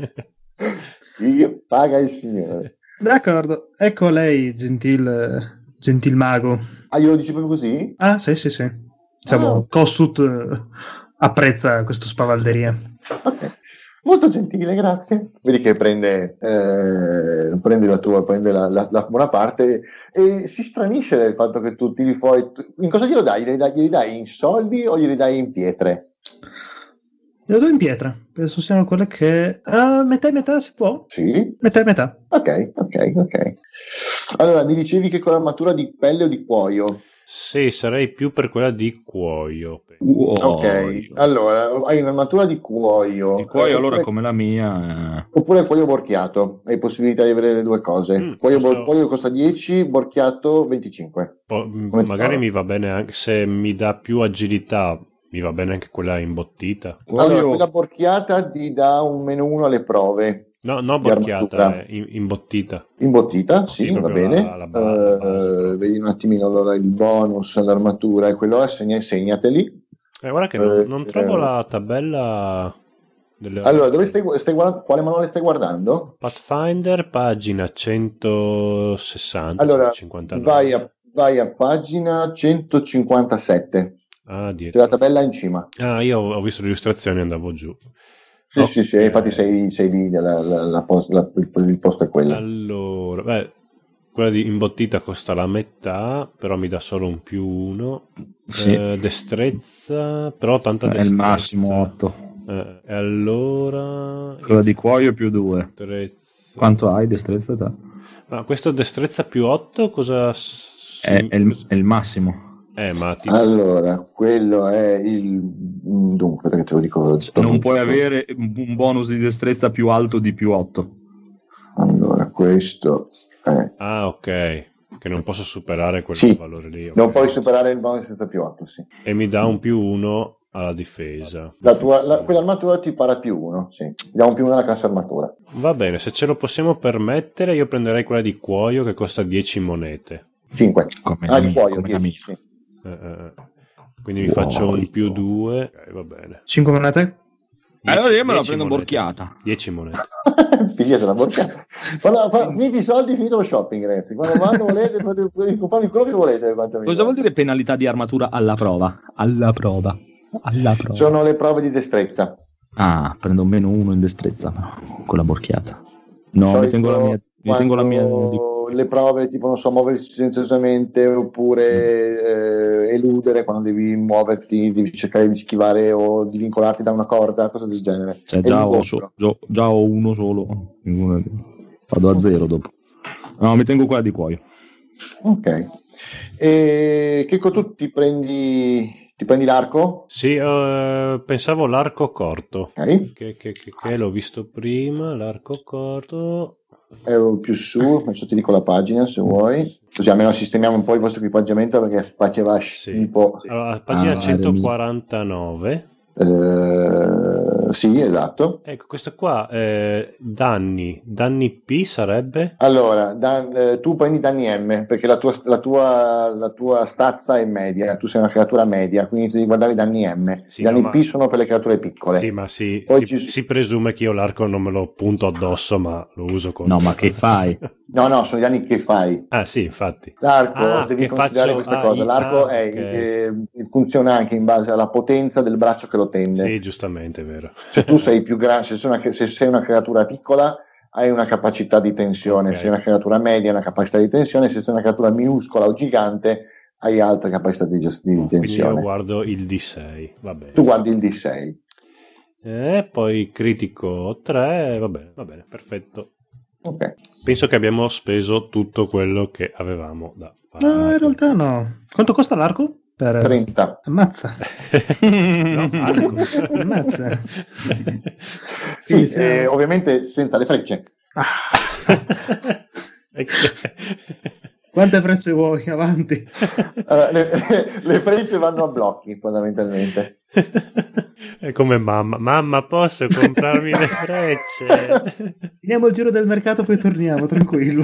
Io paga il signore. D'accordo, ecco lei, gentil, gentil mago. Ah, glielo dici proprio così? Ah, sì, sì, sì. Diciamo, oh. Kossuth eh, apprezza questo spavalderia. Ok, molto gentile, grazie. Vedi che prende, eh, prende la tua, prende la, la, la buona parte e si stranisce del fatto che tu tiri fuori. In cosa glielo dai? Glieli dai, glieli dai in soldi o glieli dai in pietre? Glielo do in pietra. Penso siano quelle che uh, metà e metà si può? Sì. Metà e metà. Ok, ok, ok. Allora, mi dicevi che con l'armatura di pelle o di cuoio? Sì, sarei più per quella di cuoio. Wow. Ok, allora hai un'armatura di cuoio. Di cuoio, eh, allora, come la mia. Eh. Oppure cuoio borchiato, hai possibilità di avere le due cose. Mm, cuoio, posso... cuoio costa dieci, borchiato venticinque. Po- magari mi va bene anche se mi dà più agilità. Mi va bene anche quella imbottita. Allora, quella borchiata ti dà un meno uno alle prove. No, no, borchiata, è imbottita. Imbottita, sì, sì va bene. La, la base, uh, uh, vedi un attimino allora il bonus all'armatura e quello è, segna, segnateli. Eh, guarda che non, non trovo uh, la tabella. Delle... Allora, dove stai, stai guardando? Quale manuale stai guardando? Pathfinder, pagina centosessanta. Allora, centocinquantanove. Vai a, vai a pagina centocinquantasette. Ah, c'è la tabella in cima. Ah, io ho visto le illustrazioni e andavo giù. Sì, okay. sì, sì, infatti sei, sei lì, la, la, la, la, il posto è quello. Allora, beh, quella di imbottita costa la metà, però mi dà solo un più uno. Sì. Eh, destrezza, però tanta destrezza. È il massimo otto. Eh, e allora... Quella di cuoio più due. Destrezza. Quanto hai destrezza te? Ma questo destrezza più otto cosa... È, è, il, è il massimo. Eh, ma tipo... Allora, quello è il... Dunque, che te lo dico... Non puoi avere un bonus di destrezza più alto di più otto. Allora, questo è... Ah, ok. Che non posso superare quel sì, valore lì. Okay. Non puoi superare il bonus di destrezza più otto, sì. E mi dà un più uno alla difesa. La tua, la, quell'armatura ti para più uno, sì. Diamo più uno alla classe armatura. Va bene, se ce lo possiamo permettere, io prenderei quella di cuoio che costa dieci monete. cinque. Come ah, di cuoio, dieci, sì. Eh, eh. Quindi mi wow, faccio un più due. Ok, va bene. cinque monete? dieci, allora io me la prendo monete. Borchiata. dieci monete. Figliate la borchiata. Quando finiti i soldi, finito lo shopping, ragazzi. Quando, quando volete, potete comprarvi quello che volete. Cosa vuol dire penalità di armatura alla prova? Alla prova. Alla prova. Sono le prove di destrezza. Ah, prendo un meno uno in destrezza con la borchiata. No, mi tengo la mia. Mi tengo la mia di... le prove tipo non so muoversi silenziosamente oppure eh, eludere quando devi muoverti, devi cercare di schivare o di vincolarti da una corda, cose del genere. Cioè già ho, so, già, già ho uno solo, vado a zero dopo. No, mi tengo quella di cuoio. Ok. E che tu ti prendi ti prendi l'arco? Sì, uh, pensavo l'arco corto. Okay. Che, che, che, che l'ho visto prima, l'arco corto. Ero più su, adesso ti dico la pagina se vuoi, così almeno sistemiamo un po' il vostro equipaggiamento perché faceva schifo. Sì. Allora, pagina ah, centoquarantanove. Uh, sì, esatto. Ecco, questo qua eh, danni danni P sarebbe? Allora, dan, eh, tu prendi danni M perché la tua, la, tua, la tua stazza è media, tu sei una creatura media, quindi devi guardare i danni M. Sì, I danni no, P ma... sono per le creature piccole. Sì, ma si, Poi si, ci... si presume che io l'arco non me lo punto addosso, ma lo uso con... No, ma che fai? No, no, sono gli anni che fai. Ah, sì, infatti. L'arco, ah, devi considerare faccio... questa ah, cosa. L'arco ah, è, okay. eh, funziona anche in base alla potenza del braccio che lo tende. Sì, giustamente, è vero. Se tu sei più grande, se sei una, se sei una creatura piccola, hai una capacità di tensione. Okay. Se sei una creatura media, hai una capacità di tensione. Se sei una creatura minuscola o gigante, hai altre capacità di, gest- di tensione. Quindi io guardo il D sei, va bene. Tu guardi il D sei. E poi critico tre, va bene, va bene, perfetto. Okay. Penso che abbiamo speso tutto quello che avevamo da fare. No, in realtà no. Quanto costa l'arco? Per... trenta. Ammazza. No, arco. Ammazza. Sì, sì eh, ovviamente senza le frecce. Ah. Quante frecce vuoi? Avanti. Uh, le, le, le frecce vanno a blocchi, fondamentalmente. È come mamma. Mamma, posso comprarmi le frecce? Finiamo il giro del mercato, poi torniamo, tranquillo.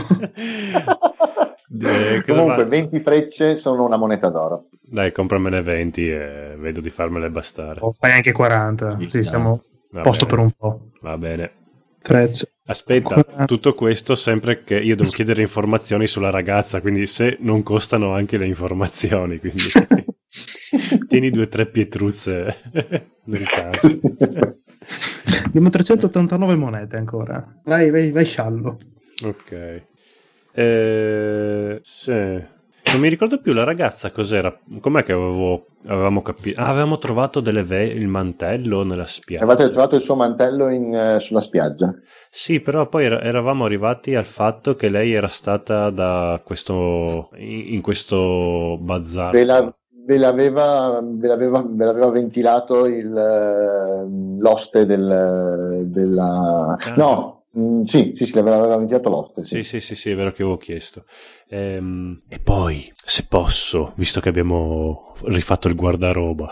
Eh, Comunque, va? venti frecce sono una moneta d'oro. Dai, compramene venti e vedo di farmele bastare. Oh, fai anche quaranta. Sì, sì, siamo a posto per un po'. Va bene. Frecce. Aspetta, quaranta. Tutto questo sempre che io devo chiedere informazioni sulla ragazza, quindi se non costano anche le informazioni, quindi tieni due o tre pietruzze nel caso. Abbiamo trecentottantanove monete ancora. Vai, vai, vai sciallo. Ok. Eh, sì. Non mi ricordo più la ragazza cos'era. Com'è che avevo, avevamo capito? Ah, avevamo trovato delle ve- il mantello nella spiaggia. Avete trovato il suo mantello in, uh, sulla spiaggia? Sì, però poi era- eravamo arrivati al fatto che lei era stata da questo in, in questo bazar. Ve, la, ve, l'aveva, ve, l'aveva, ve l'aveva ventilato il, uh, l'oste del, della... Ah. No! Mm, sì, sì, sì, l'aveva ventilato l'oste. Sì. Sì, sì, sì, sì, è vero che avevo chiesto. Ehm, e poi, se posso, visto che abbiamo rifatto il guardaroba,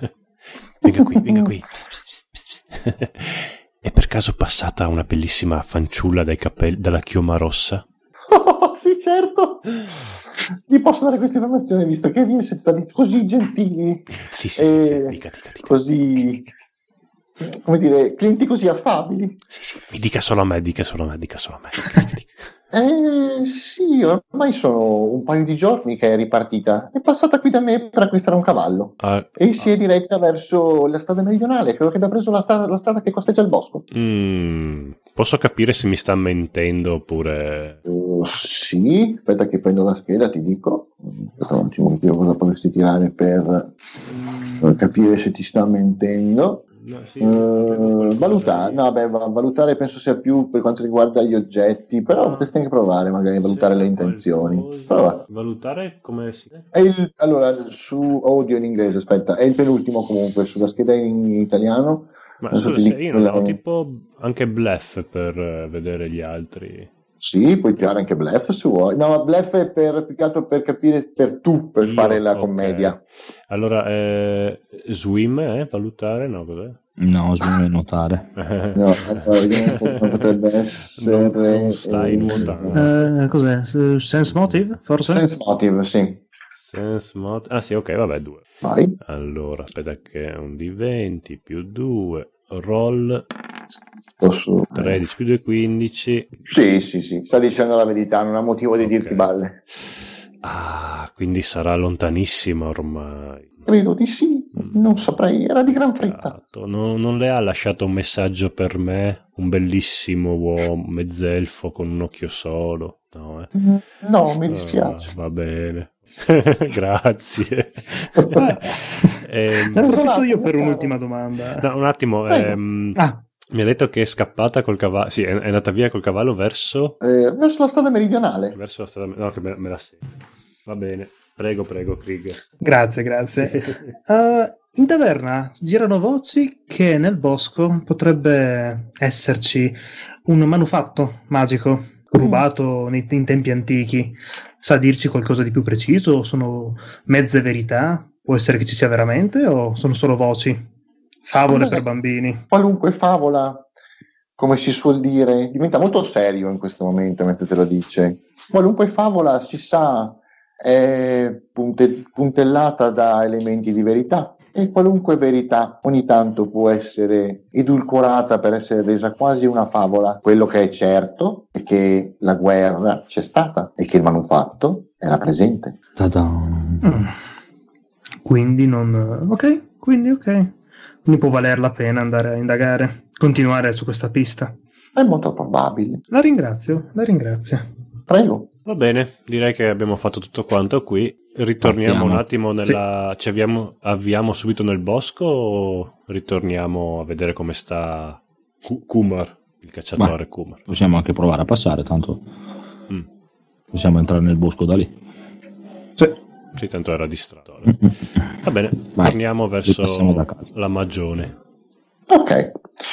venga qui, venga qui. Psst, psst, psst, psst. È per caso passata una bellissima fanciulla dai capelli, dalla chioma rossa? Oh, sì, certo. Gli posso dare questa informazione, visto che vi siete stati così gentili. Sì, sì, e sì, sì. Dica, dica, dica. Così... come dire, clienti così affabili. Sì, sì, mi dica solo a me, dica solo a me, dica solo a me. Dica, dica, dica. Eh, sì, ormai sono un paio di giorni che è ripartita. È passata qui da me per acquistare un cavallo ah, e si è diretta verso la strada meridionale. Credo che abbia preso la strada, la strada che costeggia il bosco. Mm, posso capire se mi sta mentendo oppure... Uh, sì, aspetta che prendo la scheda, ti dico. Aspetta un attimo, cosa potresti tirare per, per capire se ti sta mentendo. No, sì, uh, valutare, no, beh, valutare penso sia più per quanto riguarda gli oggetti, però no. Potresti anche provare magari a valutare le intenzioni. Prova. Valutare come si... È il, allora, su audio in inglese, aspetta, è il penultimo comunque, sulla scheda in italiano. Ma scusa, se io non ho tipo anche bluff per uh, vedere gli altri. Sì, puoi tirare anche bluff se vuoi. No, ma bluff è per, più che altro per capire, per tu, per Io, fare la okay. commedia. Allora, eh, swim è eh? valutare? No, cos'è? No, swim è nuotare. No, allora, potrebbe essere... Non, non stai nuotando. Uh, cos'è? Sense motive, forse? Sense motive, sì. Sense motive... Ah sì, ok, vabbè, due. Vai. Allora, aspetta che è un D venti più due, roll... Posso... tredici più due, quindici. Sì, sì, sì, sta dicendo la verità, non ha motivo di okay. dirti balle. Ah, quindi sarà lontanissima ormai. Credo di sì, mm. non saprei, era di gran fretta. No, non le ha lasciato un messaggio per me? Un bellissimo uomo, mezzelfo con un occhio solo? No, eh? No, mi dispiace. Oh, va bene. Grazie. ehm, ne approfitto io per un'ultima domanda. No, un attimo. Ehm, ah. Mi ha detto che è scappata col cavallo. Sì, è, è andata via col cavallo verso. Eh, verso la strada meridionale. Verso la strada. No, che me, me la segno. Va bene. Prego, prego, Krieg. Grazie, grazie. uh, in taverna girano voci che nel bosco potrebbe esserci un manufatto magico rubato mm. nei, in tempi antichi. Sa dirci qualcosa di più preciso? Sono mezze verità? Può essere che ci sia veramente o sono solo voci? Favole Beh, per bambini. Qualunque favola, come si suol dire, diventa molto serio in questo momento mentre te lo dice. Qualunque favola, si sa, è punte, puntellata da elementi di verità e qualunque verità ogni tanto può essere edulcorata per essere resa quasi una favola. Quello che è certo è che la guerra c'è stata e che il manufatto era presente. Mm. Quindi non... Ok, quindi ok. Quindi può valer la pena andare a indagare, continuare su questa pista. È molto probabile. La ringrazio, la ringrazio. Prego. Va bene, direi che abbiamo fatto tutto quanto qui. Ritorniamo Partiamo. un attimo nella... Sì. Ci avviamo, avviamo subito nel bosco o ritorniamo a vedere come sta K- Kumar, il cacciatore Beh, Kumar? Possiamo anche provare a passare, tanto mm. possiamo entrare nel bosco da lì. Sì. Sì, tanto era distratto. Va bene, Vai, torniamo verso la Magione. Ok.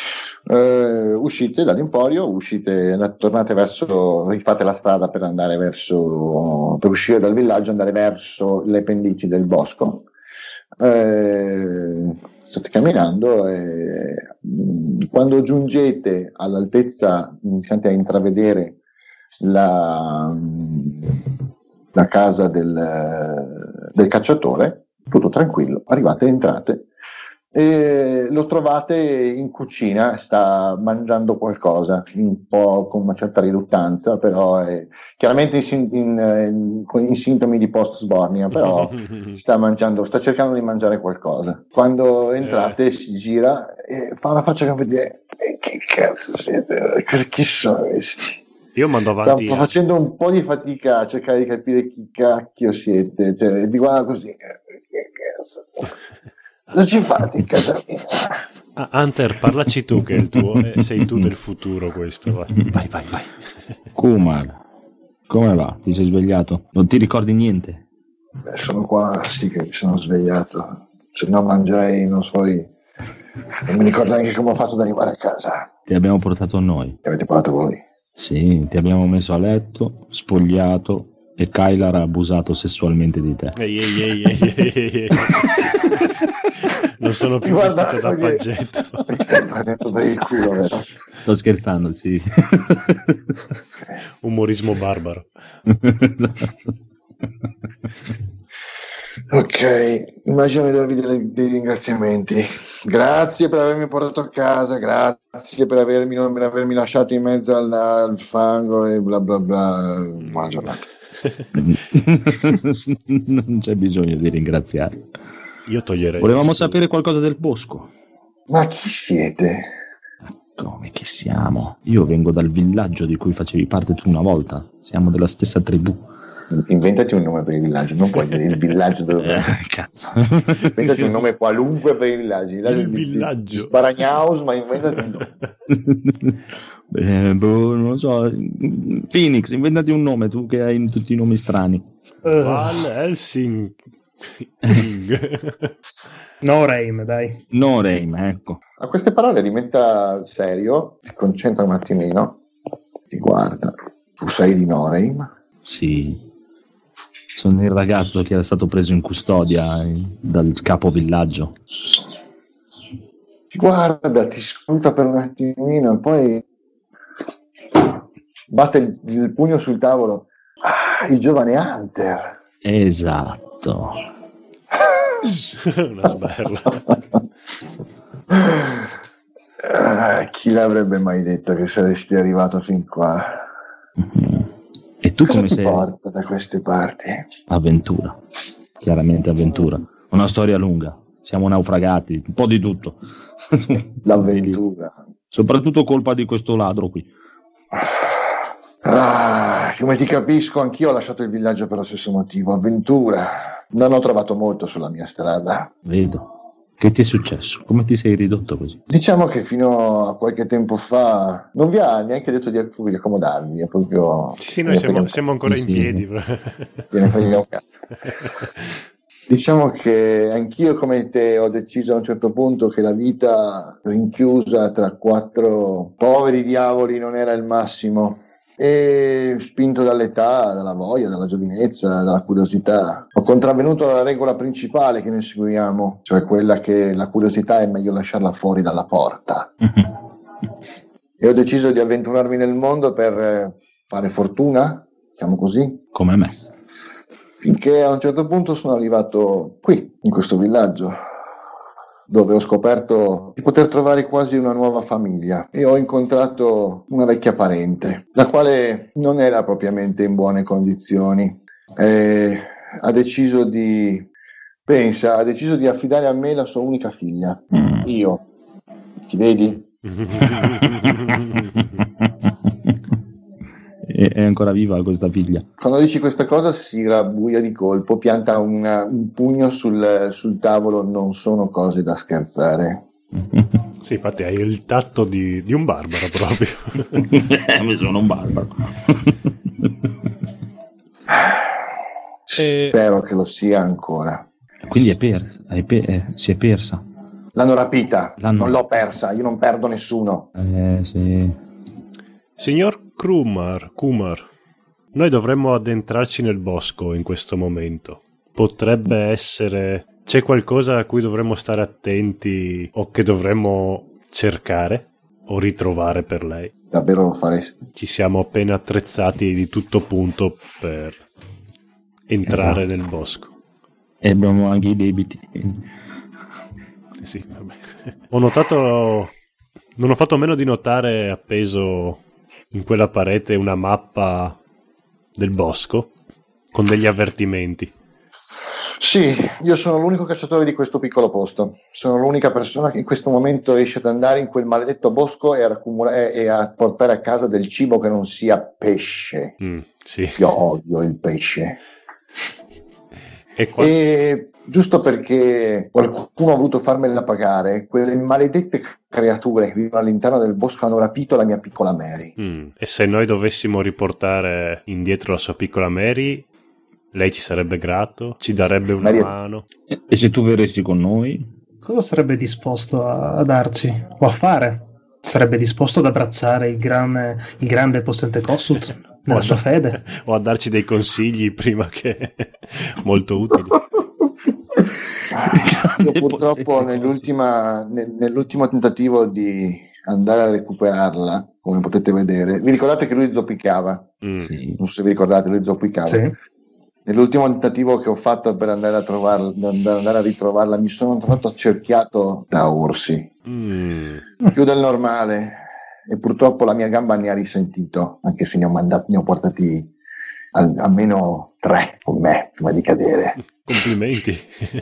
Uh, uscite dall'Emporio, uscite, tornate verso, rifate la strada per andare verso, per uscire dal villaggio, andare verso le pendici del bosco. Eh, state camminando e quando giungete all'altezza iniziate a intravedere la, la casa del, del cacciatore, tutto tranquillo, arrivate, entrate e lo trovate in cucina, sta mangiando qualcosa, un po' con una certa riluttanza, però è chiaramente in, in, in, in sintomi di post-sbornia, però sta mangiando, sta cercando di mangiare qualcosa. Quando entrate eh. si gira e fa una faccia come dire che cazzo siete, chi sono questi? Io mando avanti. Sto facendo un po' di fatica a cercare di capire chi cacchio siete, cioè, di guarda così, che cazzo. Cosa ci fate in casa mia? Ah, Hunter, parlaci tu, che è il tuo, eh, sei tu del futuro questo. Vai, vai, vai. vai. Kumar, come va? Ti sei svegliato? Non ti ricordi niente? Beh, sono qua, sì che mi sono svegliato. Se no mangerei, non so, non mi ricordo neanche come ho fatto ad arrivare a casa. Ti abbiamo portato noi. Ti avete portato voi? Sì, ti abbiamo messo a letto, spogliato e Kylar ha abusato sessualmente di te. Ehi, ehi, ehi, ehi, ehi, ehi. Non sono più Guarda, vestito da paggetto. Mi stai prendendo per il culo, vero? Sto scherzando, sì. Umorismo barbaro. Esatto. Ok, immagino di darvi dei, dei ringraziamenti. Grazie per avermi portato a casa, grazie per avermi, non avermi lasciato in mezzo al, al fango e bla bla bla. Buona giornata. Non c'è bisogno di ringraziare. Io toglierei. Volevamo sapere qualcosa del bosco. Ma chi siete? Come chi siamo? Io vengo dal villaggio di cui facevi parte tu una volta. Siamo della stessa tribù. Inventati un nome per il villaggio, non puoi dire il villaggio dove. Eh, cazzo. Inventati un nome qualunque per il villaggio. Il villaggio, il di, villaggio. Di, di Sparagnaus, ma inventati un nome. Eh, boh, non lo so. Phoenix, inventati un nome, tu che hai tutti i nomi strani. Val Helsing. No Reim, dai. No Reim, ecco. A queste parole diventa serio, si concentra un attimino, ti guarda. Tu sei di Noreim? Sì. Sono il ragazzo che era stato preso in custodia dal capo villaggio. Ti guarda, ti scruta per un attimino e poi batte il, il pugno sul tavolo. Ah, il giovane Hunter. Esatto. Una sberla. Ah, chi l'avrebbe mai detto che saresti arrivato fin qua? Mm-hmm. E tu cosa come ti sei? Porta da queste parti? Avventura, chiaramente avventura. Una storia lunga. Siamo naufragati, un po' di tutto. L'avventura. Soprattutto colpa di questo ladro qui. Ah, come ti capisco, anch'io ho lasciato il villaggio per lo stesso motivo. Avventura. Non ho trovato molto sulla mia strada. Vedo. Che ti è successo? Come ti sei ridotto così? Diciamo che fino a qualche tempo fa non vi ha neanche detto di accomodarvi, è proprio... Sì, noi siamo, siamo ancora sì, in piedi. Sì. Ne frega un cazzo. Diciamo che anch'io come te ho deciso a un certo punto che la vita rinchiusa tra quattro poveri diavoli non era il massimo. E spinto dall'età, dalla voglia, dalla giovinezza, dalla curiosità, ho contravvenuto alla regola principale che noi seguiamo, cioè quella che la curiosità è meglio lasciarla fuori dalla porta. E ho deciso di avventurarmi nel mondo per fare fortuna, diciamo così, come me, finché a un certo punto sono arrivato qui, in questo villaggio, dove ho scoperto di poter trovare quasi una nuova famiglia e ho incontrato una vecchia parente, la quale non era propriamente in buone condizioni. E ha deciso di, pensa, ha deciso di affidare a me la sua unica figlia. Io, ti vedi? È ancora viva questa figlia? Quando dici questa cosa si rabbuia di colpo, pianta una, un pugno sul, sul tavolo, non sono cose da scherzare. Sì, infatti hai il tatto di, di un barbaro proprio. Mi sono un barbaro. Spero che lo sia ancora. Quindi è persa, è per, eh, si è persa. L'hanno rapita, L'hanno... non l'ho persa, io non perdo nessuno. Eh sì. Signor Kumar, Kumar, noi dovremmo addentrarci nel bosco in questo momento. Potrebbe essere C'è qualcosa a cui dovremmo stare attenti o che dovremmo cercare o ritrovare per lei? Davvero lo faresti? Ci siamo appena attrezzati di tutto punto per entrare esatto. nel bosco. E abbiamo anche i debiti. Eh sì, vabbè. Ho notato, non ho fatto meno di notare appeso in quella parete una mappa del bosco con degli avvertimenti. Sì, io sono l'unico cacciatore di questo piccolo posto. Sono l'unica persona che in questo momento riesce ad andare in quel maledetto bosco e a, raccumulare, e a portare a casa del cibo che non sia pesce. Mm, sì. Io odio il pesce. E, qua... e giusto perché qualcuno ha voluto farmela pagare, quelle maledette creature che vivono all'interno del bosco hanno rapito la mia piccola Mary. Mm. E se noi dovessimo riportare indietro la sua piccola Mary, lei ci sarebbe grato? Ci darebbe una Mary... mano? E, e se tu verresti con noi? Cosa sarebbe disposto a, a darci o a fare? Sarebbe disposto ad abbracciare il grande, il grande e possente Kossut nella sua fede? O a darci dei consigli prima che... molto utili. Io purtroppo nell'ultima, nell'ultimo tentativo di andare a recuperarla, come potete vedere, vi ricordate che lui zoppicava? Mm. Sì. Non so se vi ricordate, lui zoppicava. Sì. Nell'ultimo tentativo che ho fatto per andare a trovarla, per andare a ritrovarla, mi sono trovato accerchiato da orsi, Mm. più del normale, e purtroppo la mia gamba ne ha risentito, anche se ne ho mandati, ne ho portati al, almeno tre con me prima di cadere. Complimenti.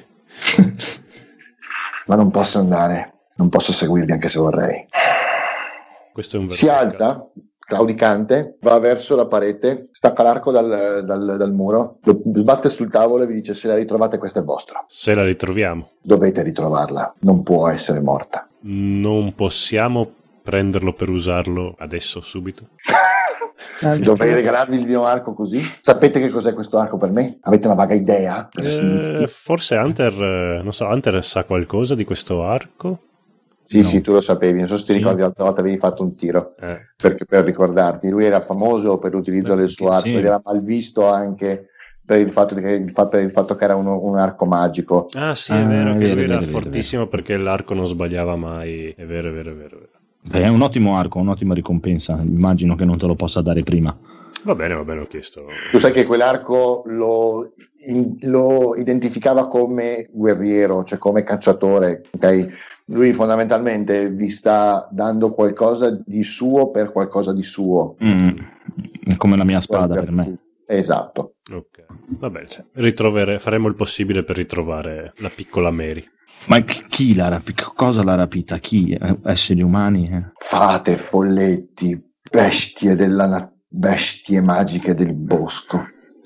Ma non posso andare, non posso seguirvi anche se vorrei. Questo è un vero Si peccato. alza, claudicante, va verso la parete, stacca l'arco dal, dal, dal muro, lo sbatte sul tavolo e vi dice: se la ritrovate questo è vostro. Se la ritroviamo. Dovete ritrovarla, non può essere morta. Non possiamo prenderlo per usarlo adesso, subito? Dovrei regalarvi il mio arco così? Sapete che cos'è questo arco per me? Avete una vaga idea? Eh, forse Hunter, eh, non so, Hunter sa qualcosa di questo arco? Sì, No. sì, tu lo sapevi, non so se ti Sì. ricordi l'altra volta avevi fatto un tiro Eh. per, per ricordarti. Lui era famoso per l'utilizzo Beh, del suo arco sì. ed era mal visto anche per il fatto che, il fatto, per il fatto che era uno, un arco magico. Ah sì, è Ah, vero che vero, lui era vero, vero, fortissimo perché l'arco non sbagliava mai. È vero, è vero, è vero. È vero. Beh, è un ottimo arco, un'ottima ricompensa. Immagino che non te lo possa dare prima. Va bene, va bene, ho chiesto. Tu sai che quell'arco lo, in- lo identificava come guerriero, cioè come cacciatore, ok? Lui fondamentalmente vi sta dando qualcosa di suo per qualcosa di suo. Mm. È come la mia spada per me. Esatto. Ok, va bene. Cioè, ritrovere, faremo il possibile per ritrovare la piccola Mary. Ma chi, chi l'ha rapita? Cosa l'ha rapita? Chi? Eh, Esseri umani? Eh? Fate, folletti, bestie della natura. Bestie magiche del bosco.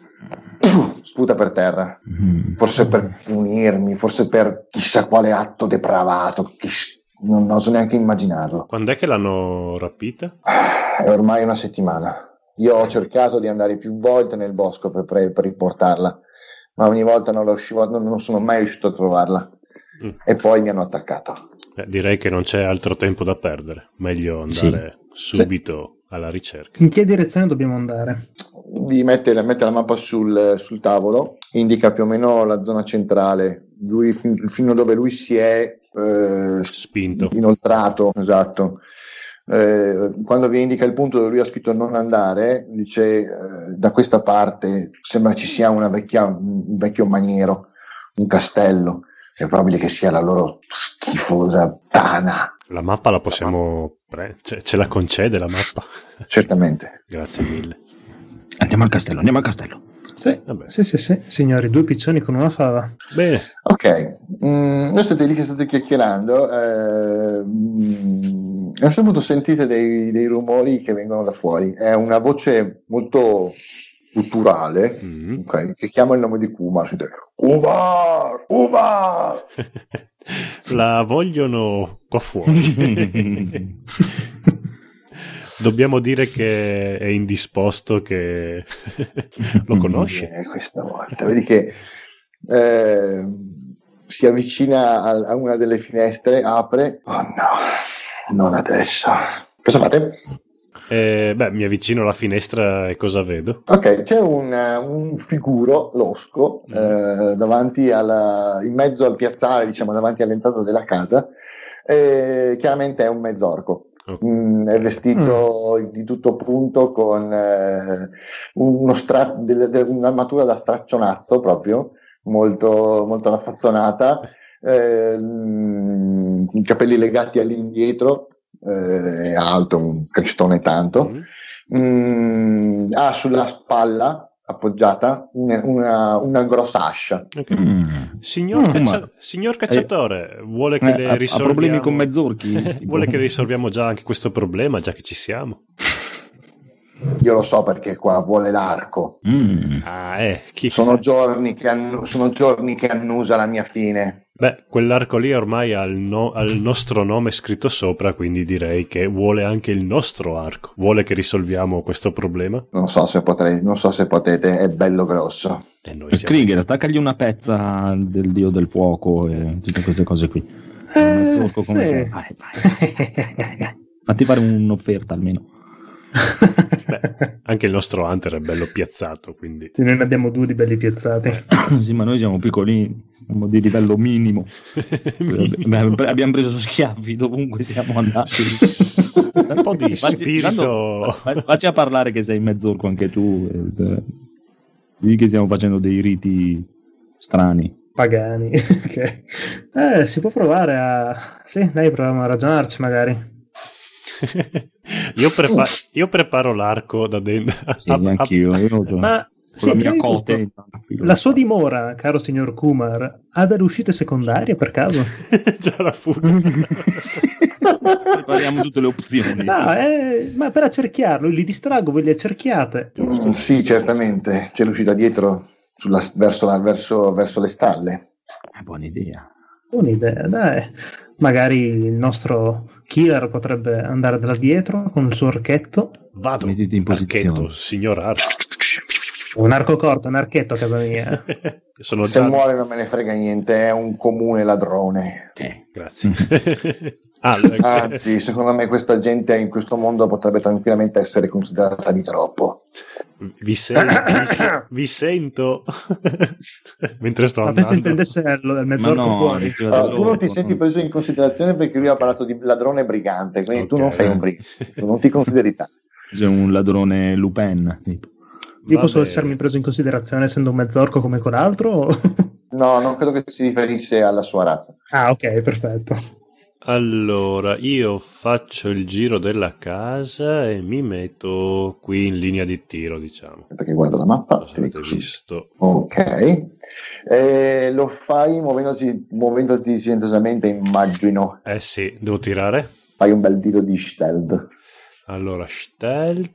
Sputa per terra, Mm. forse per punirmi, forse per chissà quale atto depravato, che non, non so neanche immaginarlo. Quando è che l'hanno rapita? È ormai una settimana. Io ho cercato di andare più volte nel bosco per, pre- per riportarla, ma ogni volta non, riuscivo, non, non sono mai riuscito a trovarla. Mm. E poi mi hanno attaccato. Eh, direi che non c'è altro tempo da perdere. Meglio andare Sì. subito alla ricerca. In che direzione dobbiamo andare? Vi mette, mette la mappa sul, sul tavolo, indica più o meno la zona centrale, lui, fin- fino dove lui si è eh, Spinto. inoltrato, esatto. Eh, quando vi indica il punto dove lui ha scritto non andare, dice eh, da questa parte sembra ci sia una vecchia, un vecchio maniero, un castello. È probabile che sia la loro schifosa tana. La mappa la possiamo prendere? Ce, ce la concede la mappa? Certamente. Grazie mille. Andiamo al castello, andiamo al castello. Sì, Vabbè. sì, sì, sì, signori, due piccioni con una fava. Bene. Ok, mm, voi siete lì che state chiacchierando, eh, mm, a un certo punto sentite dei, dei rumori che vengono da fuori, è una voce molto gutturale, Mm. okay, che chiama il nome di Kumar, sentite, Kumar, Kumar! La vogliono qua fuori. Dobbiamo dire che è indisposto, che lo conosce. Eh, questa volta, vedi che eh, si avvicina a, a una delle finestre, apre, oh no, non adesso. Cosa fate? Eh, beh, mi avvicino alla finestra e cosa vedo? Ok, c'è un, un figuro losco mm. eh, davanti alla, in mezzo al piazzale, diciamo, davanti all'entrata della casa. Eh, chiaramente è un mezzorco. Okay. Mm, è vestito mm. di tutto punto con eh, uno stra- del, del, un'armatura da straccionazzo proprio, molto, molto raffazzonata, eh, mm, i capelli legati all'indietro. Eh, è alto, un crestone tanto. Mm. Mm, ha sulla spalla appoggiata una, una, una grossa ascia. Okay. Mm. Signor, mm, caccia- signor cacciatore, eh, vuole che eh, le risolviamo? Ha problemi con mezzorchi? Vuole che risolviamo già anche questo problema, già che ci siamo? Io lo so perché qua vuole l'arco. Mm. Ah, eh, chi... sono, giorni che annu- sono giorni che annusa la mia fine. Beh, quell'arco lì ormai ha il, no- ha il nostro nome scritto sopra, quindi direi che vuole anche il nostro arco. Vuole che risolviamo questo problema? Non so se potrei, non so se potete, è bello grosso. E noi siamo... Krieger, attaccagli una pezza del dio del fuoco e tutte queste cose qui. Eh, come sì. Vai, vai. Fatti fare un'offerta almeno. Beh, anche il nostro Hunter è bello piazzato, quindi sì, noi ne abbiamo due di belli piazzati. Sì, ma noi siamo piccolini, siamo di livello minimo. minimo. Abbiamo preso schiaffi dovunque siamo andati. Un po' di spirito. Facci a parlare che sei mezzorco anche tu. Dì che stiamo facendo dei riti strani, pagani. Okay. Eh, si può provare a sì, dai, proviamo a ragionarci magari. Io, prepa- io preparo l'arco da dentro. Sì, anch'io. Io ma sì, la mia cote. La sua dimora, caro signor Kumar, ha delle uscite secondarie per caso? Già la fu. Prepariamo tutte le opzioni. No, eh, ma per accerchiarlo, li distraggo, voi li accerchiate. Mm, sì, certamente. C'è l'uscita dietro sulla, verso, la, verso, verso le stalle. È buona idea. Buona idea, dai. Magari il nostro killer potrebbe andare da dietro con il suo archetto. Vado, in archetto, signor arco. Un arco corto, un archetto a casa mia. Sono Se già... muore non me ne frega niente, è un comune ladrone. Eh, grazie. ah, Anzi, secondo me questa gente in questo mondo potrebbe tranquillamente essere considerata di troppo. Vi, sen- vi, se- vi sento mentre sto ma andando. penso intendesse il mezz'orco no, fuori. Uh, tu non ti senti preso in considerazione perché lui ha parlato di ladrone brigante, quindi okay. Tu non sei un brigante, tu non ti consideri tale. Sei un ladrone Lupin. Tipo. Io Va posso bene. Essermi preso in considerazione essendo un mezz'orco come quell'altro? O... No, non credo che si riferisse alla sua razza. Ah, ok, perfetto. Allora, io faccio il giro della casa e mi metto qui in linea di tiro, diciamo. Aspetta che guardo la mappa. Avete visto? Ok. Eh, lo fai muovendoti, muovendoti silenzosamente, immagino. Eh sì, devo tirare? Fai un bel tiro di stealth. Allora, stealth...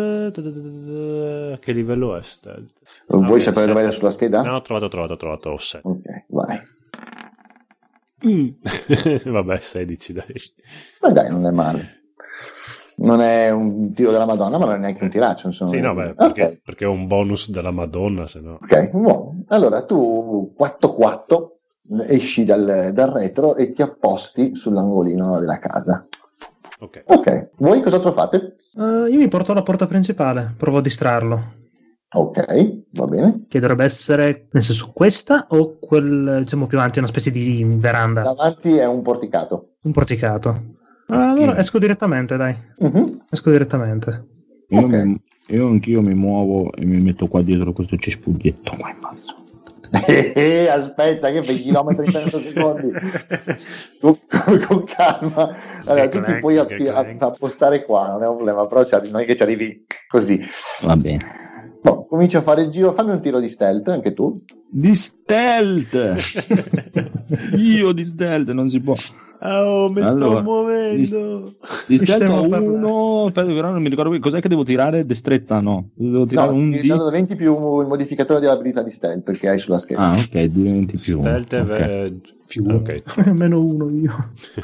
Che livello è stealth? Vuoi ah, sapere dove è sulla scheda? No, ho trovato, ho trovato, ho trovato, ho sei. Ok, vai. Mm. Vabbè, sedici, dai. Ma dai, non è male. Non è un tiro della Madonna, ma non è neanche un tiraccio. Insomma. Sì, no, beh, perché, okay. perché è un bonus della Madonna, se no. Ok, buono. Allora tu quattro quattro esci dal, dal retro e ti apposti sull'angolino della casa. Ok. Ok, voi cos'altro fate? Uh, io mi porto alla porta principale, provo a distrarlo. Ok, va bene. Che dovrebbe essere, nel senso, questa o quel, diciamo, più avanti, una specie di veranda? Davanti è un porticato. Un porticato. Allora, esco direttamente, dai. Uh-huh. Esco direttamente. Io, okay. mi, io anch'io mi muovo e mi metto qua dietro questo cespuglietto qua in mezzo. Eh, aspetta, che fai chilometri in trenta secondi? con, con calma. Allora, tu ti puoi atti- appostare qua, non è un problema, però non è che ci arrivi così. Va bene. Boh, comincia a fare il giro, fammi un tiro di stealth, anche tu. Di stealth? Io di stealth, non si può. Oh, mi allora, sto muovendo. Di, di stealth ho uno, però non mi ricordo cos'è che devo tirare, destrezza no. Devo tirare no, un D. Da venti più il modificatore dell'abilità di stealth che hai sulla scheda. Ah, ok, di venti più uno. Stealth okay. più uno. Okay. Meno uno io.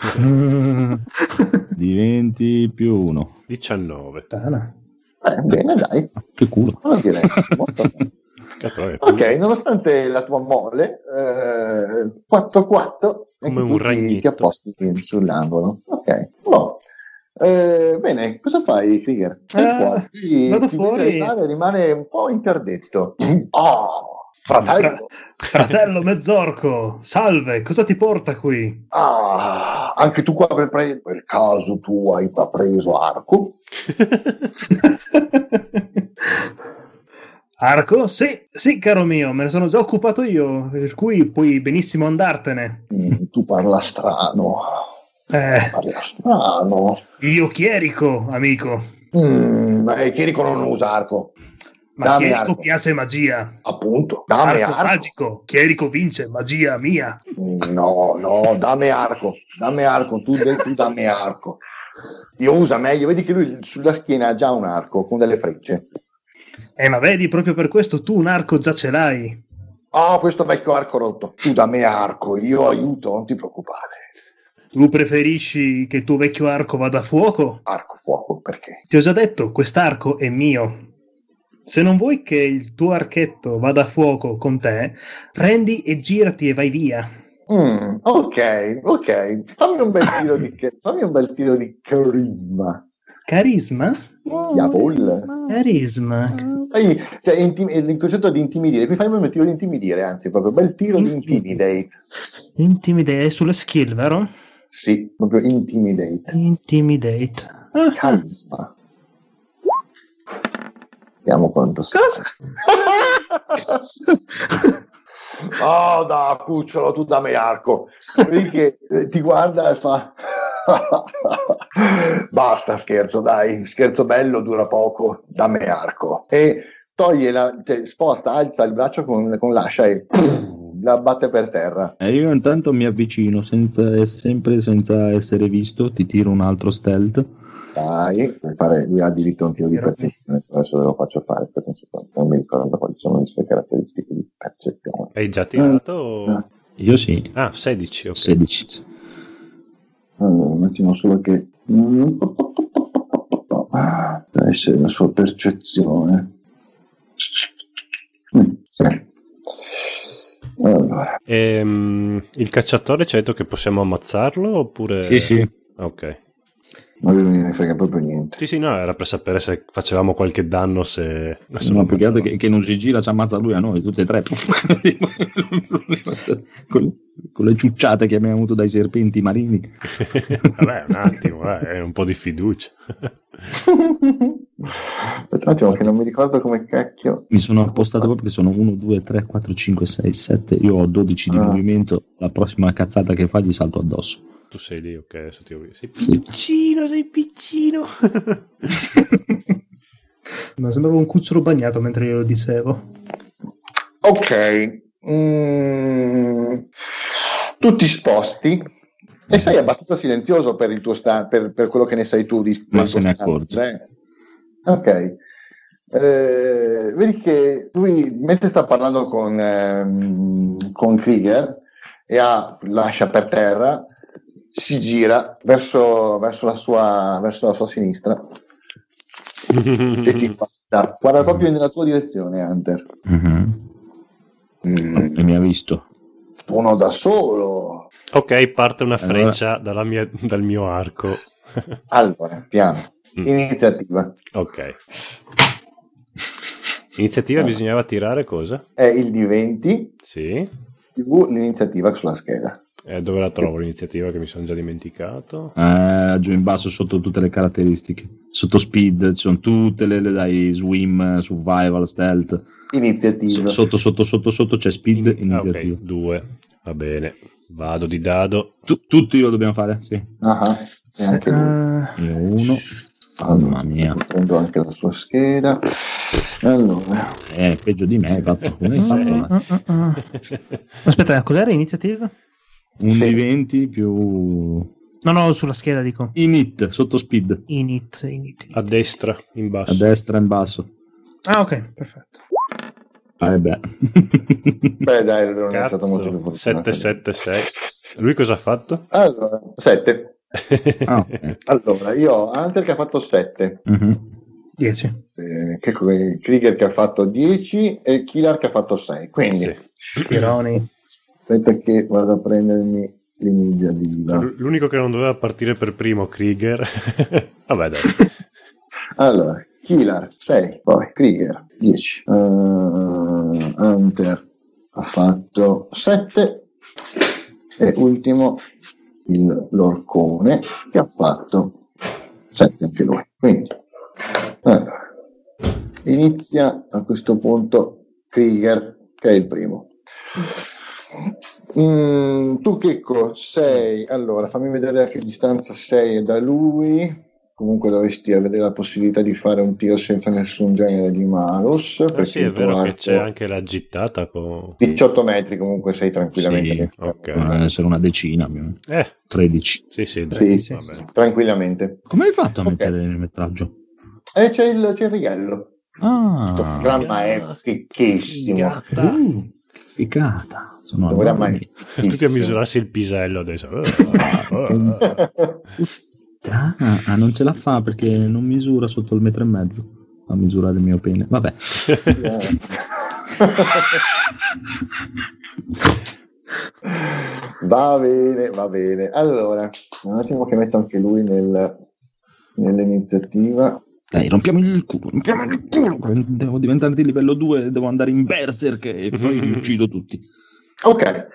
Di venti più uno. diciannove. Tana. Eh, bene, dai. Che culo. Non direi. Molto bene. Ok, nonostante la tua mole, eh, quattro quattro come un ragnetto ti apposti sull'angolo. Ok, boh. Eh, bene, cosa fai, Krieger? Stai eh, fuori. Ti, vado ti fuori. Rimane, rimane un po' interdetto. Oh, fratello. Fratello mezzorco, salve, cosa ti porta qui? Ah, anche tu qua per, pre- per caso tu hai preso arco? Arco? Sì, sì, caro mio, me ne sono già occupato io, per cui puoi benissimo andartene. Mm, tu parla strano. Eh, Parla strano. io chierico, amico. Mm, ma eh, Chirico non usa arco. Ma Dammi chierico arco. piace magia. Appunto, dammi Arco arco. magico, chierico vince, magia mia. Mm, No, no, dammi arco. Dammi arco, tu, tu dammi arco. Io usa meglio, vedi che lui sulla schiena ha già un arco con delle frecce. Eh, ma vedi, proprio per questo tu un arco già ce l'hai. Oh, questo vecchio arco rotto. Tu dammi arco, io aiuto, non ti preoccupare. Tu preferisci che il tuo vecchio arco vada a fuoco? Arco fuoco, perché? Ti ho già detto, quest'arco è mio. Se non vuoi che il tuo archetto vada a fuoco con te, prendi e girati e vai via. Mm, ok, ok. Fammi un bel tiro di, fammi un bel tiro di carisma. Carisma? Diavol. Carisma. Fai- cioè, intim- il concetto di intimidire, qui fai un bel tiro di intimidire, anzi, proprio bel tiro di intimidate. Intimidate è sulle skill, vero? Sì, proprio intimidate. Intimidate. Ah, Carisma. Vediamo quanto sta. Oh, da cucciolo, tu dammi arco. Vedi che eh, ti guarda e fa basta, scherzo, dai, scherzo bello, dura poco, dammi arco. E toglie la, cioè, sposta, alza il braccio con, con l'ascia e la batte per terra. E io intanto mi avvicino, senza, sempre senza essere visto, ti tiro un altro stealth. Dai, mi pare, lui ha diritto a un tiro di percezione, adesso ve lo faccio fare perché non mi ricordo quali sono le sue caratteristiche di percezione. Hai già tirato? Mm. Io sì. Ah, sedici, ok. sedici. Allora, un attimo solo che deve essere la sua percezione. Mm, sì. Allora. Ehm, il cacciatore ci ha detto che possiamo ammazzarlo oppure... Sì, sì. Ok. Ma lui non gliene frega proprio niente. Sì, sì, no, era per sapere se facevamo qualche danno, se... No, più che altro che, che non si gira, ci ammazza lui a noi, tutte e tre. con, con le ciucciate che abbiamo avuto dai serpenti marini. Vabbè, un attimo, dai, un po' di fiducia. Aspetta un attimo che non mi ricordo come cacchio. Mi sono appostato proprio che sono uno, due, tre, quattro, cinque, sei, sette. Io ho dodici di ah. movimento. La prossima cazzata che fa gli salto addosso. Tu sei lì, ok, adesso ti ho visto. Sei Sì. piccino, sei piccino. Ma sembrava un cucciolo bagnato mentre io lo dicevo. Ok. Mm. Tu ti sposti e sei abbastanza silenzioso per il tuo sta- per, per quello che ne sai tu di Ma se ne accorge. Ok. Eh, vedi che lui mentre sta parlando con, ehm, con Krieger e ha l'ascia per terra, si gira verso, verso, la, sua, verso la sua sinistra e ti guarda, guarda proprio nella tua direzione, Hunter. Mm-hmm. Mm. E mi ha visto. Uno da solo. Ok, parte una freccia allora... dalla mia, dal mio arco. Allora, piano. Mm. Iniziativa. Ok. Iniziativa allora. Bisognava tirare cosa? È il D venti. Sì. Più l'iniziativa sulla scheda. Eh, dove la trovo l'iniziativa che mi sono già dimenticato? Eh, giù in basso sotto tutte le caratteristiche. Sotto speed ci sono tutte le, le dai swim, survival, stealth. Iniziativa. S- sotto sotto sotto sotto c'è speed, In- iniziativa. Ok, due. Va bene. Vado di dado. Tu, tutti lo dobbiamo fare? Sì. Uh-huh. E anche lui. Io uno. Allora, Mamma mia. prendo anche la sua scheda. Allora. Eh, peggio di me hai fatto. Come hai fatto? Uh, uh, uh. Aspetta, cos'era iniziativa? Un sì. D venti più... No, no, sulla scheda dico. Init, sotto speed. Init, init, init. A destra, in basso. A destra, in basso. Ah, ok, perfetto. Ah, beh. Beh, dai, non è stato molto più sette sette sei. Lui cosa ha fatto? Allora, sette. Ah, okay. Allora, io ho Hunter che ha fatto sette. Mm-hmm. dieci. Eh, che, Krieger che ha fatto dieci e Killer che ha fatto sei. Quindi, sì. Tironi. Aspetta che vado a prendermi l'iniziativa. L'unico che non doveva partire per primo, Krieger. Vabbè, dai. Allora, Kilar sei, poi Krieger dieci, uh, Hunter ha fatto sette e ultimo il Lorcone che ha fatto sette anche lui. Quindi allora, inizia a questo punto Krieger, che è il primo. Mm, tu Checco sei, allora fammi vedere a che distanza sei da lui. Comunque dovresti avere la possibilità di fare un tiro senza nessun genere di malus. Ah, sì, è vero che c'è anche la gittata con diciotto metri, comunque sei tranquillamente. Sì, okay. Deve essere una decina, eh. tredici. Sì, sì, dai, sì, sì, tranquillamente. Come hai fatto a okay. mettere il metraggio? Eh, c'è il, c'è il righello. Ah, il programma è fichissimo. Figata. Uh, figata. Sono tutti a misurarsi il pisello adesso. Ah, ah, non ce la fa perché non misura sotto il metro e mezzo a misurare il mio pene. Vabbè. Va bene, va bene. Allora, un attimo che metto anche lui nel, nell'iniziativa. Dai, rompiamo il culo, rompiamo il culo. Devo diventare di livello due, devo andare in berserk e poi li uccido tutti. Ok.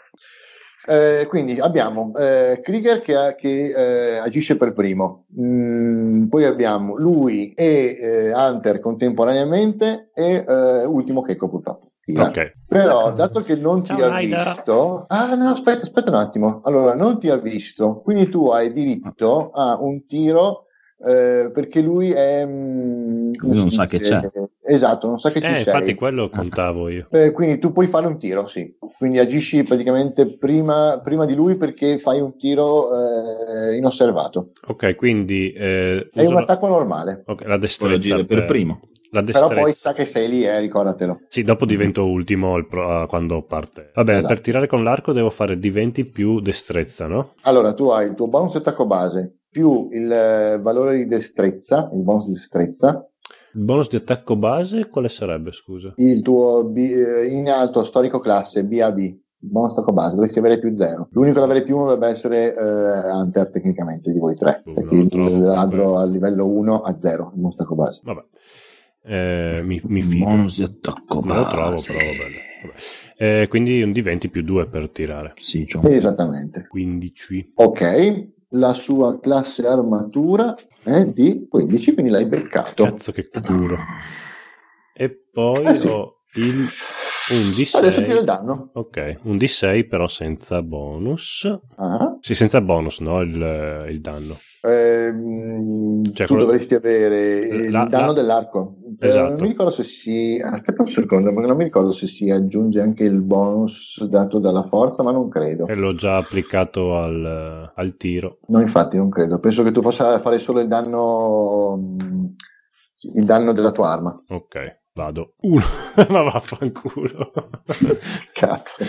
Eh, quindi abbiamo eh, Krieger che, ha, che eh, agisce per primo, mm, poi abbiamo lui e eh, Hunter contemporaneamente e eh, ultimo Checco purtroppo. Okay. Però dato che non ti Ciao, ha Aida. visto, ah no aspetta aspetta un attimo, allora non ti ha visto, quindi tu hai diritto a un tiro. Eh, perché lui è mh, lui non sa che c'è, esatto, non sa che ci eh, sei, infatti quello contavo io, eh, quindi tu puoi fare un tiro, sì, quindi agisci praticamente prima, prima di lui perché fai un tiro eh, inosservato. Ok, quindi eh, è un attacco normale, okay, la destrezza per, per primo, la destrezza. Però poi sa che sei lì, eh, ricordatelo. Sì, dopo divento ultimo il pro, quando parte. Vabbè, esatto. Per tirare con l'arco devo fare di venti più destrezza, no? Allora tu hai il tuo bonus attacco base più il eh, valore di destrezza, il bonus di destrezza. Il bonus di attacco base quale sarebbe, scusa? Il tuo B, eh, in alto storico classe B A B, il bonus attacco base, dovresti avere più zero. L'unico ad avere più uno dovrebbe essere eh, Hunter tecnicamente di voi tre, uh, perché il ladro a livello uno a zero, il bonus attacco base. Vabbè. Eh, mi, mi fido. Bonus di attacco base. Non lo trovo, però vabbè. Vabbè. Eh, quindi un di venti più due per tirare. Sì, cioè. Esattamente. quindici. Ok. La sua classe armatura è di quindici, quindi l'hai beccato. Cazzo che culo. E poi eh sì. ho il un D sei. Adesso tira il danno. Ok, un D sei però senza bonus. Ah. Sì, senza bonus, no? Il, il danno. Eh, cioè, tu quello... dovresti avere il la, danno la... dell'arco. Esatto. Eh, non mi ricordo se si aspetta un secondo, perché non mi ricordo se si aggiunge anche il bonus dato dalla forza, ma non credo. E l'ho già applicato al, al tiro. No, infatti non credo. Penso che tu possa fare solo il danno il danno della tua arma. Ok, vado. Uno. Ma vaffanculo. Cazzo.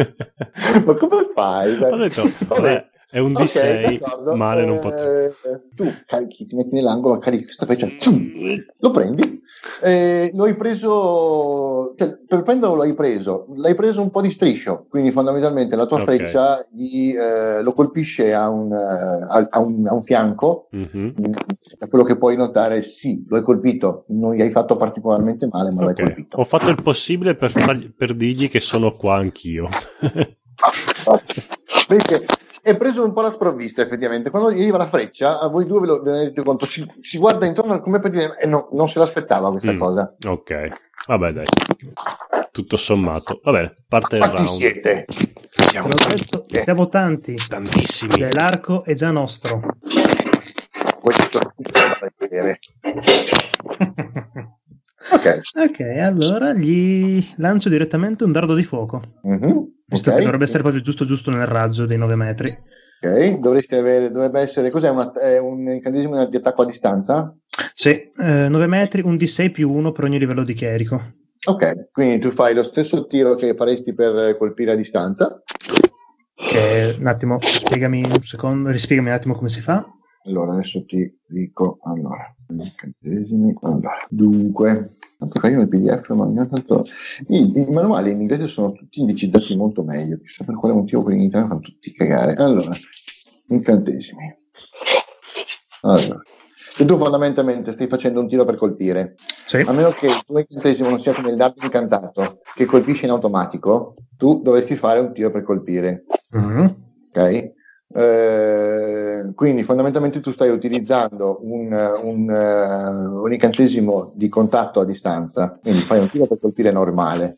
Ma come fai? Ho detto, vabbè. È un D sei, okay, male non potrei. Eh, tu carichi, ti metti nell'angolo, carichi questa freccia, lo prendi, eh, lo hai preso, cioè, per prenderlo l'hai preso, l'hai preso un po' di striscio, quindi fondamentalmente la tua okay. freccia gli, eh, lo colpisce a un, a, a un, a un fianco, mm-hmm. Da quello che puoi notare, sì, lo hai colpito, non gli hai fatto particolarmente male, ma okay. l'hai colpito. Ho fatto il possibile per, fargli, per dirgli che sono qua anch'io. Perché è preso un po' la sprovvista effettivamente quando gli arriva la freccia, a voi due ve lo ve ne rendete conto, si, si guarda intorno come per dire e eh no, non se l'aspettava questa mm, cosa. Ok, vabbè dai, tutto sommato, va bene, parte il round. Chi siete? Siamo, detto, eh. siamo tanti, tantissimi, l'arco è già nostro. Questo da vedere. Ok, ok, allora gli lancio direttamente un dardo di fuoco. Mm-hmm. Visto okay. che dovrebbe essere proprio giusto giusto nel raggio dei nove metri. Ok, dovreste avere, dovrebbe essere, cos'è una, è un incantesimo di attacco a distanza? Sì, eh, nove metri, un D sei più uno per ogni livello di chierico. Ok, quindi tu fai lo stesso tiro che faresti per colpire a distanza. Che, un attimo, spiegami un secondo, rispiegami un attimo come si fa. allora adesso ti dico, allora, incantesimi, allora, dunque, tanto carino il P D F, ma ogni tanto i, i manuali in inglese sono tutti indicizzati molto meglio, chissà per quale motivo quelli in italiano fanno tutti cagare. Allora, incantesimi. Allora, se tu fondamentalmente stai facendo un tiro per colpire, sì. A meno che il tuo incantesimo non sia come il dardo incantato che colpisce in automatico, tu dovresti fare un tiro per colpire. Mm-hmm. Ok? Eh, quindi fondamentalmente tu stai utilizzando un, un, uh, un incantesimo di contatto a distanza, quindi fai un tiro per colpire normale.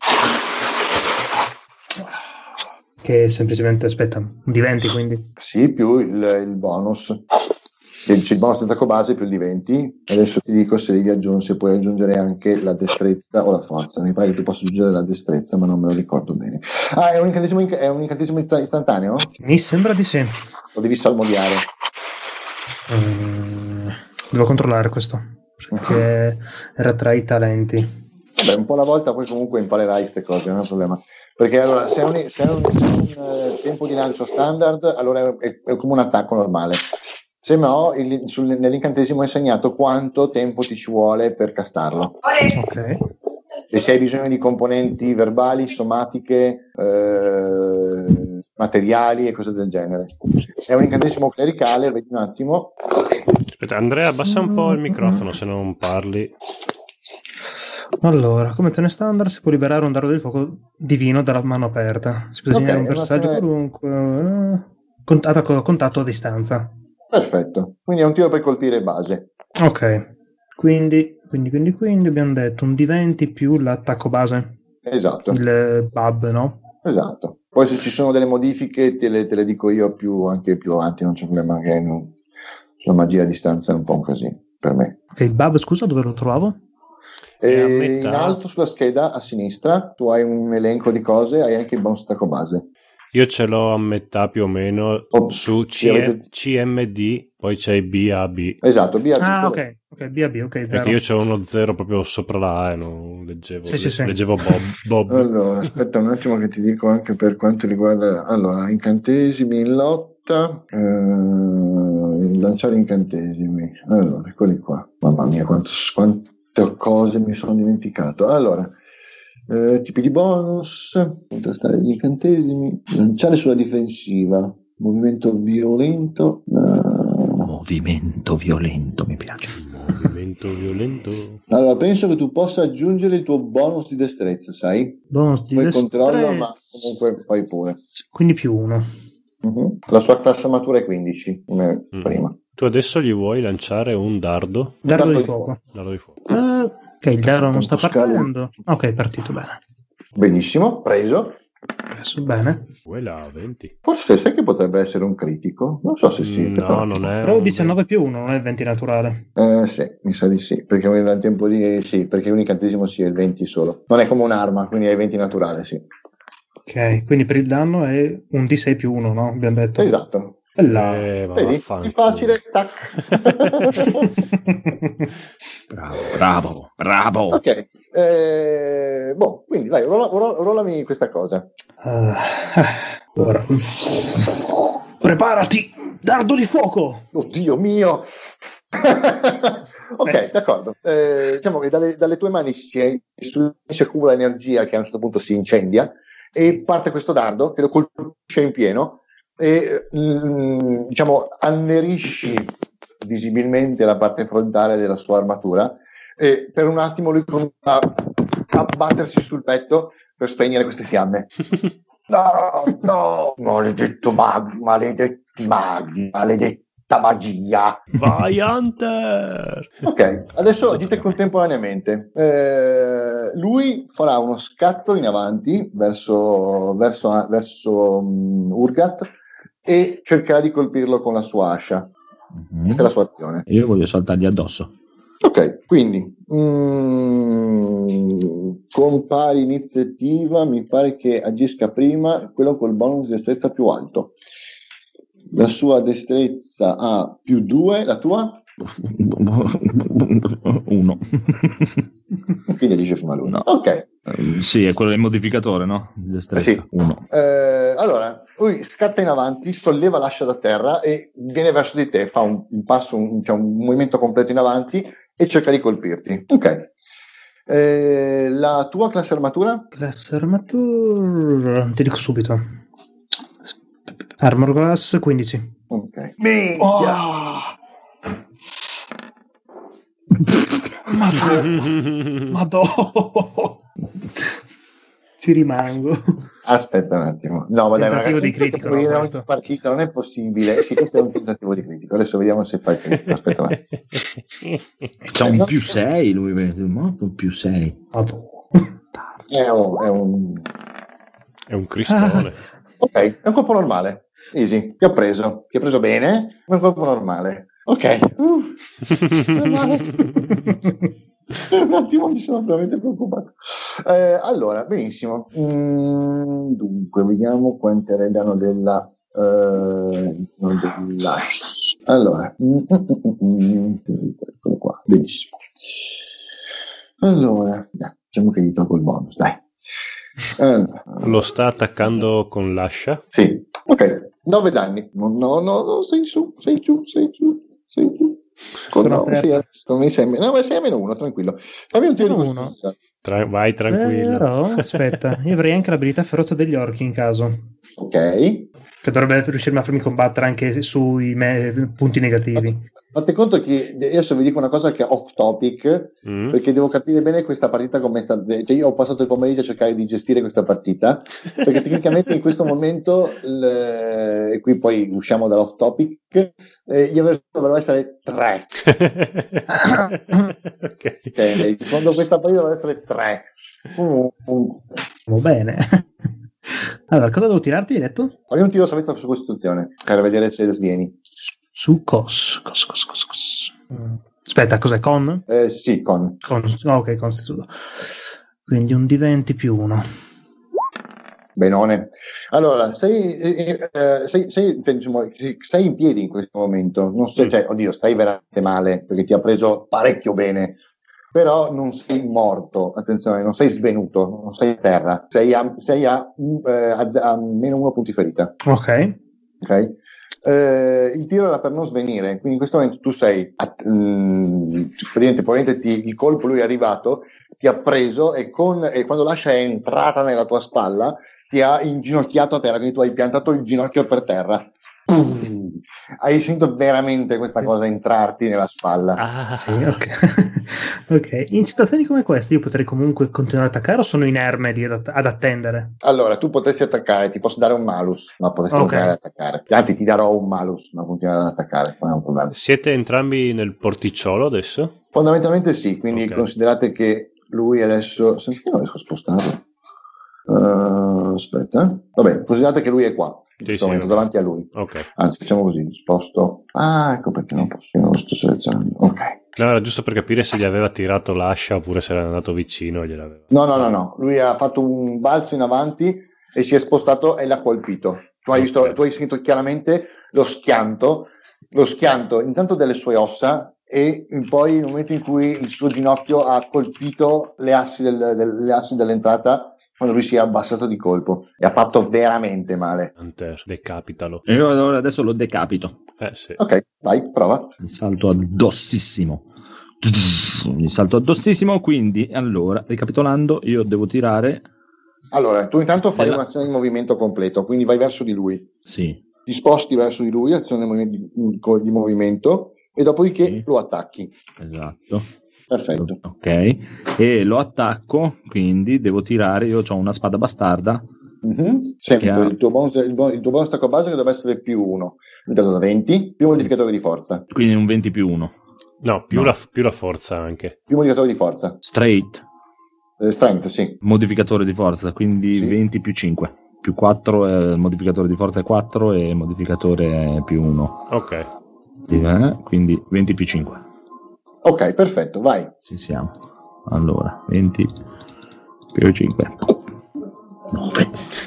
Che semplicemente, aspetta, un di venti quindi? Sì, più il, il bonus. Il bonus del attacco base più il di venti. Adesso ti dico se devi aggiungere, se puoi aggiungere anche la destrezza o la forza. Mi pare che tu possa aggiungere la destrezza, ma non me lo ricordo bene. Ah, è un incantesimo, è un incantesimo istantaneo? Mi sembra di sì. Lo devi salmodiare. Mm, devo controllare questo, perché uh-huh. era tra i talenti. Vabbè, un po' alla volta poi comunque imparerai queste cose, non è un problema. Perché allora, se è un, se è un, se è un uh, tempo di lancio standard, allora è, è come un attacco normale. Se no, il, sul, nell'incantesimo è segnato quanto tempo ti ci vuole per castarlo. Ok. E se hai bisogno di componenti verbali, somatiche, eh, materiali e cose del genere. È un incantesimo clericale, vedi un attimo. Aspetta, Andrea, abbassa un po' il microfono se non parli. Allora, come te ne standard si può liberare un dardo di fuoco divino dalla mano aperta. Si può okay, segnare un bersaglio qualunque. Eh, attacco contatto a distanza. Perfetto, quindi è un tiro per colpire base. Ok, quindi, quindi, quindi, quindi abbiamo detto un di venti più l'attacco base. Esatto. Il B A B, no? Esatto. Poi se ci sono delle modifiche te le, te le dico io più, anche più avanti, non c'è problema, che non, la magia a distanza è un po' un casino per me. Ok, il B A B, scusa, dove lo trovavo? E in alto sulla scheda a sinistra tu hai un elenco di cose, hai anche il bonus attacco base. Io ce l'ho a metà più o meno oh, su C- avete... C M D, poi c'è B A B. Esatto, B A B. Ah, ok, ok, B A B, ok. Perché zero. io c'ho uno zero proprio sopra la A e non leggevo, sì, le, sì, sì. leggevo Bob, Bob. Allora, aspetta un attimo che ti dico anche per quanto riguarda... Allora, incantesimi in lotta, eh, lanciare incantesimi. Allora, eccoli qua. Mamma mia, quanto, quante cose mi sono dimenticato. Allora... Eh, tipi di bonus, contrastare gli incantesimi, lanciare sulla difensiva, movimento violento, uh... movimento violento mi piace. Movimento violento. Allora penso che tu possa aggiungere il tuo bonus di destrezza, sai? Bonus di poi destrezza, controllo, ma comunque fai pure. Quindi più uno. Uh-huh. La sua classamatura è quindici come mm. prima. Tu adesso gli vuoi lanciare un dardo? Dardo, dardo di, di fuoco. Dardo di fuoco. Uh, ok, il dardo non sta partendo. Ok, è partito bene. Benissimo, preso. Preso bene. Quella venti. Forse sai che potrebbe essere un critico? Non so se sì. Mm, no, non è. Però diciannove più uno, non è il venti naturale. Eh sì, mi sa di sì, perché nel tempo di sì, perché un incantesimo sì è il venti solo. Non è come un'arma, quindi è il venti naturale, sì. Ok, quindi per il danno è un D sei più uno, no? Abbiamo detto. Esatto. Là. Eh, vedi? È facile, tac. bravo, bravo, bravo. Ok, eh, boh, quindi dai, rolla, rolla, rollami questa cosa. Uh, ora. Preparati, dardo di fuoco. Oddio mio. Ok, eh. d'accordo. Eh, diciamo che dalle, dalle tue mani si, si accumula energia che a un certo punto si incendia e parte questo dardo che lo colpisce in pieno e mh, diciamo annerisci visibilmente la parte frontale della sua armatura e per un attimo lui comincia a battersi sul petto per spegnere queste fiamme. No, no, maledetto maghi, maledetti maghi, maledetta magia. Vai Hunter! Ok, adesso agite contemporaneamente. Eh, lui farà uno scatto in avanti verso, verso, verso um, Urgat e cercherà di colpirlo con la sua ascia. Mm-hmm. Questa è la sua azione. Io voglio saltargli addosso. Ok, quindi mm, con pari iniziativa mi pare che agisca prima quello col bonus di destrezza più alto. La sua destrezza ha più due, la tua? Uno. Quindi dice prima lui. No. Ok. Uh, sì, è quello del modificatore, no? Destrezza. Sì. Uno. Eh, allora, lui scatta in avanti, solleva l'ascia da terra e viene verso di te, fa un, un passo, un, cioè un movimento completo in avanti e cerca di colpirti. Ok. Eh, la tua classe armatura? Classe armatura, ti dico subito. Armor class quindici. Ok. Minchia! Oh! Madonna! Madonna! Ci rimango. Aspetta un attimo. No, ma dai, tentativo di critico. No, questo. Partita non è possibile. Sì, questo è un tentativo di critico. Adesso vediamo se fai critico. Aspetta un attimo. C'è un più sei lui, un più sei. È un, è un... È un cristone. Ah, ok, è un colpo normale. Easy, ti ha preso. Ti ha preso bene. È un colpo normale. Ok. Uh. Un attimo mi sono veramente preoccupato. Eh, allora, benissimo. Mm, dunque, vediamo quante era il danno della... Uh, della... Allora. Mm, mm, mm, eccolo qua. Benissimo. Allora, dai, diciamo che gli tolgo il bonus, dai. Allora. Lo sta attaccando con l'ascia? Sì. Ok, nove danni. No, no, no, no, sei su, sei giù, sei giù, sei giù. Con no, sei, sei, sei, no, ma sei a meno uno, tranquillo. Fammi un tiro di costituzione. Tra, vai tranquillo. Però, aspetta, io avrei anche l'abilità ferocia degli orchi in caso. Ok. Che dovrebbe riuscirmi a farmi combattere anche sui me- punti negativi. Fate conto che adesso vi dico una cosa che è off topic, mm. perché devo capire bene questa partita come sta. Cioè, io ho passato il pomeriggio a cercare di gestire questa partita, perché tecnicamente in questo momento, le, e qui poi usciamo dall'off topic, eh, gli avversari dovrebbero essere tre. Okay. Okay, secondo questa partita dovrebbero essere tre. Uh, uh. Va bene. Allora, cosa devo tirarti, hai detto? Fammi un tiro salvezza su costituzione, per vedere se svieni. Su cos, cos, cos, cos, cos. Aspetta, cos'è, con? Eh, sì, con. con oh, ok, constituto. Quindi un D venti più uno. Benone. Allora, sei, eh, sei, sei, diciamo, sei in piedi in questo momento. Non sei, cioè, oddio, stai veramente male, perché ti ha preso parecchio bene. Però non sei morto, attenzione, non sei svenuto, non sei a terra, sei a, sei a, eh, a, a meno uno punti ferita. Ok. Ok. Eh, il tiro era per non svenire, quindi in questo momento tu sei, a, mh, probabilmente ti, il colpo lui è arrivato, ti ha preso e, con, e quando l'ascia è entrata nella tua spalla ti ha inginocchiato a terra, quindi tu hai piantato il ginocchio per terra. Pum. Hai sentito veramente questa cosa entrarti nella spalla. Ah, sì, ok. Ok, in situazioni come queste io potrei comunque continuare ad attaccare o sono inerme di ad, ad attendere? Allora, tu potresti attaccare, ti posso dare un malus, ma potresti okay. continuare ad attaccare. Anzi, ti darò un malus, ma continuare ad attaccare, non è un problema. Siete entrambi nel porticciolo adesso? Fondamentalmente sì, quindi okay. considerate che lui adesso... Senti, non riesco a spostarlo. Uh, aspetta, vabbè, considerate che lui è qua. Sì, sto sì, okay. davanti a lui. Okay. Anzi, facciamo così, sposto. Ah, ecco perché non posso, io non lo sto selezionando. Ok. No, era giusto per capire se gli aveva tirato l'ascia oppure se era andato vicino e gliel'aveva. No, no, no, no. Lui ha fatto un balzo in avanti e si è spostato e l'ha colpito. Tu hai visto, okay. tu hai sentito chiaramente lo schianto, lo schianto intanto delle sue ossa e poi nel momento in cui il suo ginocchio ha colpito le assi, del, del, le assi dell'entrata quando lui si è abbassato di colpo e ha fatto veramente male. Hunter, decapitalo. E io adesso lo decapito. Eh sì. Ok, vai, prova. Mi salto addossissimo. Mi salto addossissimo, quindi allora, ricapitolando, io devo tirare. Allora, tu intanto fai della... un'azione di movimento completo, quindi vai verso di lui. Sì. Ti sposti verso di lui, azione di, di movimento, e dopodiché sì. lo attacchi. Esatto. Perfetto. Ok, e lo attacco, quindi devo tirare, io ho una spada bastarda. Mm-hmm. Sempre ha... il tuo bonus, il, il tuo bonus attacco base che deve essere più uno, da venti, più modificatore di forza. Quindi un venti più uno. No, più, no. La, più la forza anche. Più modificatore di forza. Straight. Eh, strength, sì. Modificatore di forza, quindi sì. venti più cinque. Più quattro, eh, modificatore di forza è quattro e modificatore è più uno. Ok. Eh, quindi venti più cinque. Ok, perfetto, vai. Ci siamo. Allora, venti più cinque. nove.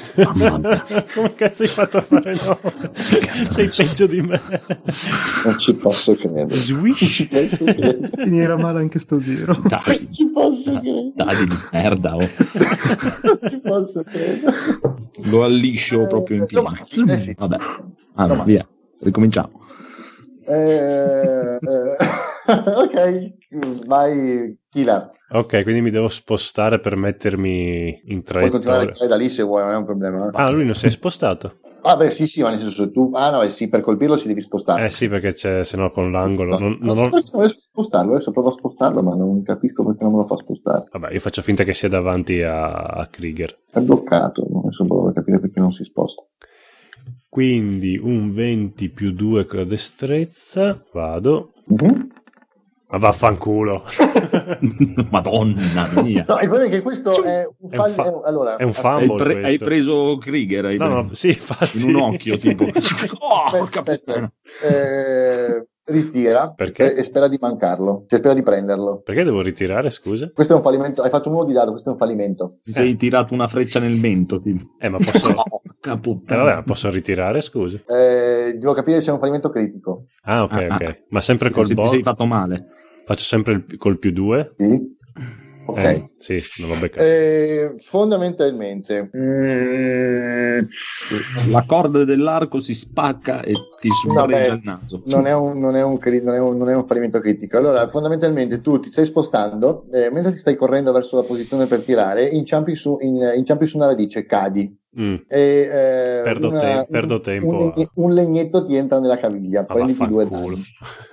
Come cazzo hai fatto a fare nove? Sei peggio di me. Non ci posso credere. Swish. Finirà male anche sto giro. Dai, non ci posso credere. Dai di merda. Oh. Non ci posso credere. Lo alliscio eh, proprio in piedi. Eh sì. Vabbè, allora, via, ricominciamo. Eh, eh, ok, vai Kila. Ok, quindi mi devo spostare per mettermi in traiettoria. Puoi continuare da lì se vuoi, non è un problema. Eh. Ah, lui non si è spostato? Ah beh sì sì, ma nel senso tu ah no eh, sì, per colpirlo si devi spostare. Eh sì, perché c'è, se no con l'angolo non, non, non, non ho... non riesco a spostarlo, adesso provo a spostarlo ma non capisco perché non me lo fa spostare. Vabbè, io faccio finta che sia davanti a, a Krieger. È bloccato, adesso provo a capire perché non si sposta. Quindi un venti più due con la destrezza, vado. Mm-hmm. Ma vaffanculo. Madonna mia. No, il problema è che questo è un, fall- è un, fa- allora, è un fumble. Hai, pre- hai preso Krieger? Hai no, preso... no, sì, infatti. In un occhio, tipo. Oh, aspetta, aspetta. Eh, ritira perché? E spera di mancarlo, cioè spera di prenderlo. Perché devo ritirare, scusa? Questo è un fallimento, hai fatto uno di dado, questo è un fallimento. Ti sei eh. tirato una freccia nel mento, tipo. Eh, ma posso... oh, eh, vabbè, posso ritirare, scusa? Eh, devo capire se è un fallimento critico. Ah, ok, ah, ok. Ah. Ma sempre col se boss? Ti sei fatto male. Faccio sempre il, col più due? Sì. Ok. Eh, sì, non l'ho beccato. Eh, fondamentalmente mm, la corda dell'arco si spacca e ti sbarreggia il naso. Non è un, non è un, non è un, non è un fallimento critico. Allora, fondamentalmente tu ti stai spostando, eh, mentre ti stai correndo verso la posizione per tirare, inciampi su, in, inciampi su una radice, cadi. Mm. E, eh, perdo, una, te- perdo un, tempo. Un, a... un legnetto ti entra nella caviglia, ah, prenditi due danni.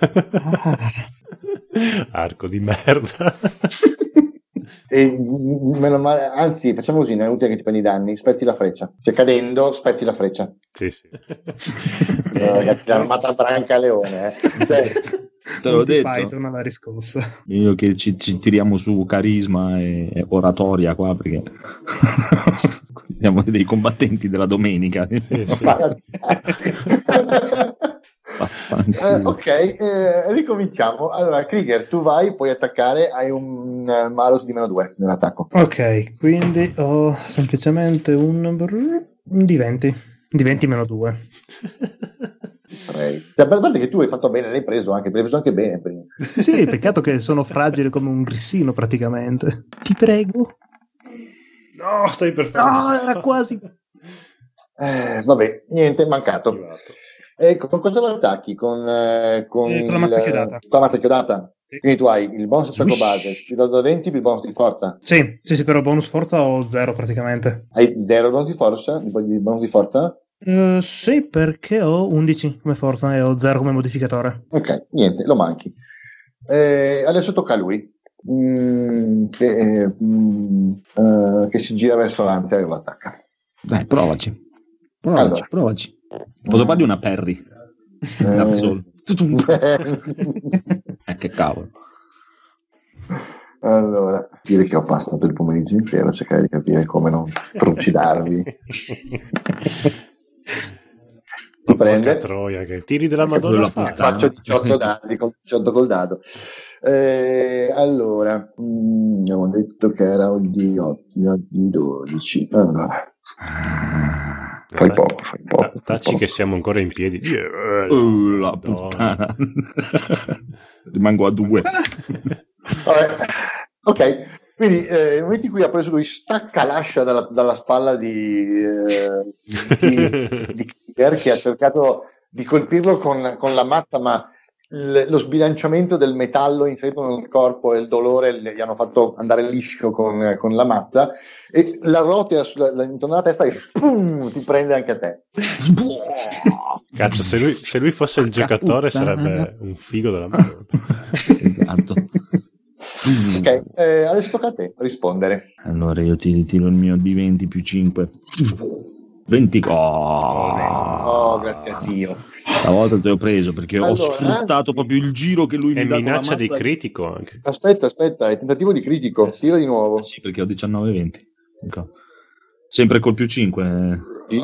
Arco di merda. E, meno male, anzi facciamo così, non è utile che ti prendi i danni, spezzi la freccia, cioè cadendo spezzi la freccia. Sì sì. No, ragazzi, l'armata branca leone, eh. Cioè, te l'ho detto, Python alla riscossa. Io che ci, ci tiriamo su carisma e, e oratoria qua perché siamo dei combattenti della domenica. Sì, sì. Eh, ok, eh, ricominciamo. Allora, Krieger, tu vai, puoi attaccare, hai un uh, malus di meno due nell'attacco. Ok, quindi ho semplicemente un, un di venti. Di venti meno due. Cioè, a parte che tu hai fatto bene, l'hai preso anche, l'hai preso anche bene prima. Sì, sì, peccato che sono fragile come un grissino praticamente. Ti prego. No, stai per fare. No, era quasi. Eh, vabbè, niente, è mancato. Ecco, con cosa lo attacchi? Con, eh, con, eh, con la mazza chiodata. Con la mazza chiodata? Sì. Quindi tu hai il bonus attacco base, più da venti più il bonus di forza. Sì, sì, sì, però bonus forza ho zero praticamente. Hai zero bonus di forza? Il bonus di forza? Uh, sì, perché ho undici come forza e ho zero come modificatore. Ok, niente, lo manchi. Eh, adesso tocca a lui. Mm, che, mm, uh, che si gira verso l'avanti e lo attacca. Dai, provaci. Provaci, allora. provaci. Posso fargli una parry? Eh. eh, che cavolo. Allora, dire che ho passato il pomeriggio intero a cercare di capire come non trucidarvi. Ti prende troia, che tiri della Madonna fa. Faccio diciotto dadi con diciotto col dado. Eh, allora, mh, abbiamo detto che era di otto, di dodici. Allora, fai poco, fai poco. Tacci che siamo ancora in piedi. Yeah, uh, la puttana. Rimango a due. Vabbè. Ok, quindi eh, nel momento in cui ha preso lui, stacca l'ascia dalla, dalla spalla di, eh, di, di Krieger, che ha cercato di colpirlo con, con la mazza, ma l- lo sbilanciamento del metallo inserito nel corpo e il dolore gli hanno fatto andare liscio con, con la mazza, e la rotea sulla, la, intorno alla testa e spum, ti prende anche a te. Cazzo, se lui, se lui fosse il giocatore sarebbe un figo della mano. Esatto. Ok, eh, adesso tocca a te rispondere. Allora io ti tiro il mio di venti più cinque. venti. Oh, oh grazie a Dio. Stavolta te l'ho preso perché allora, ho sfruttato anzi, proprio il giro che lui è mi dà. È minaccia di critico anche. Aspetta, aspetta, è tentativo di critico. Tira di nuovo. Eh sì, perché ho diciannove venti. Ecco. Sempre col più cinque. Sì.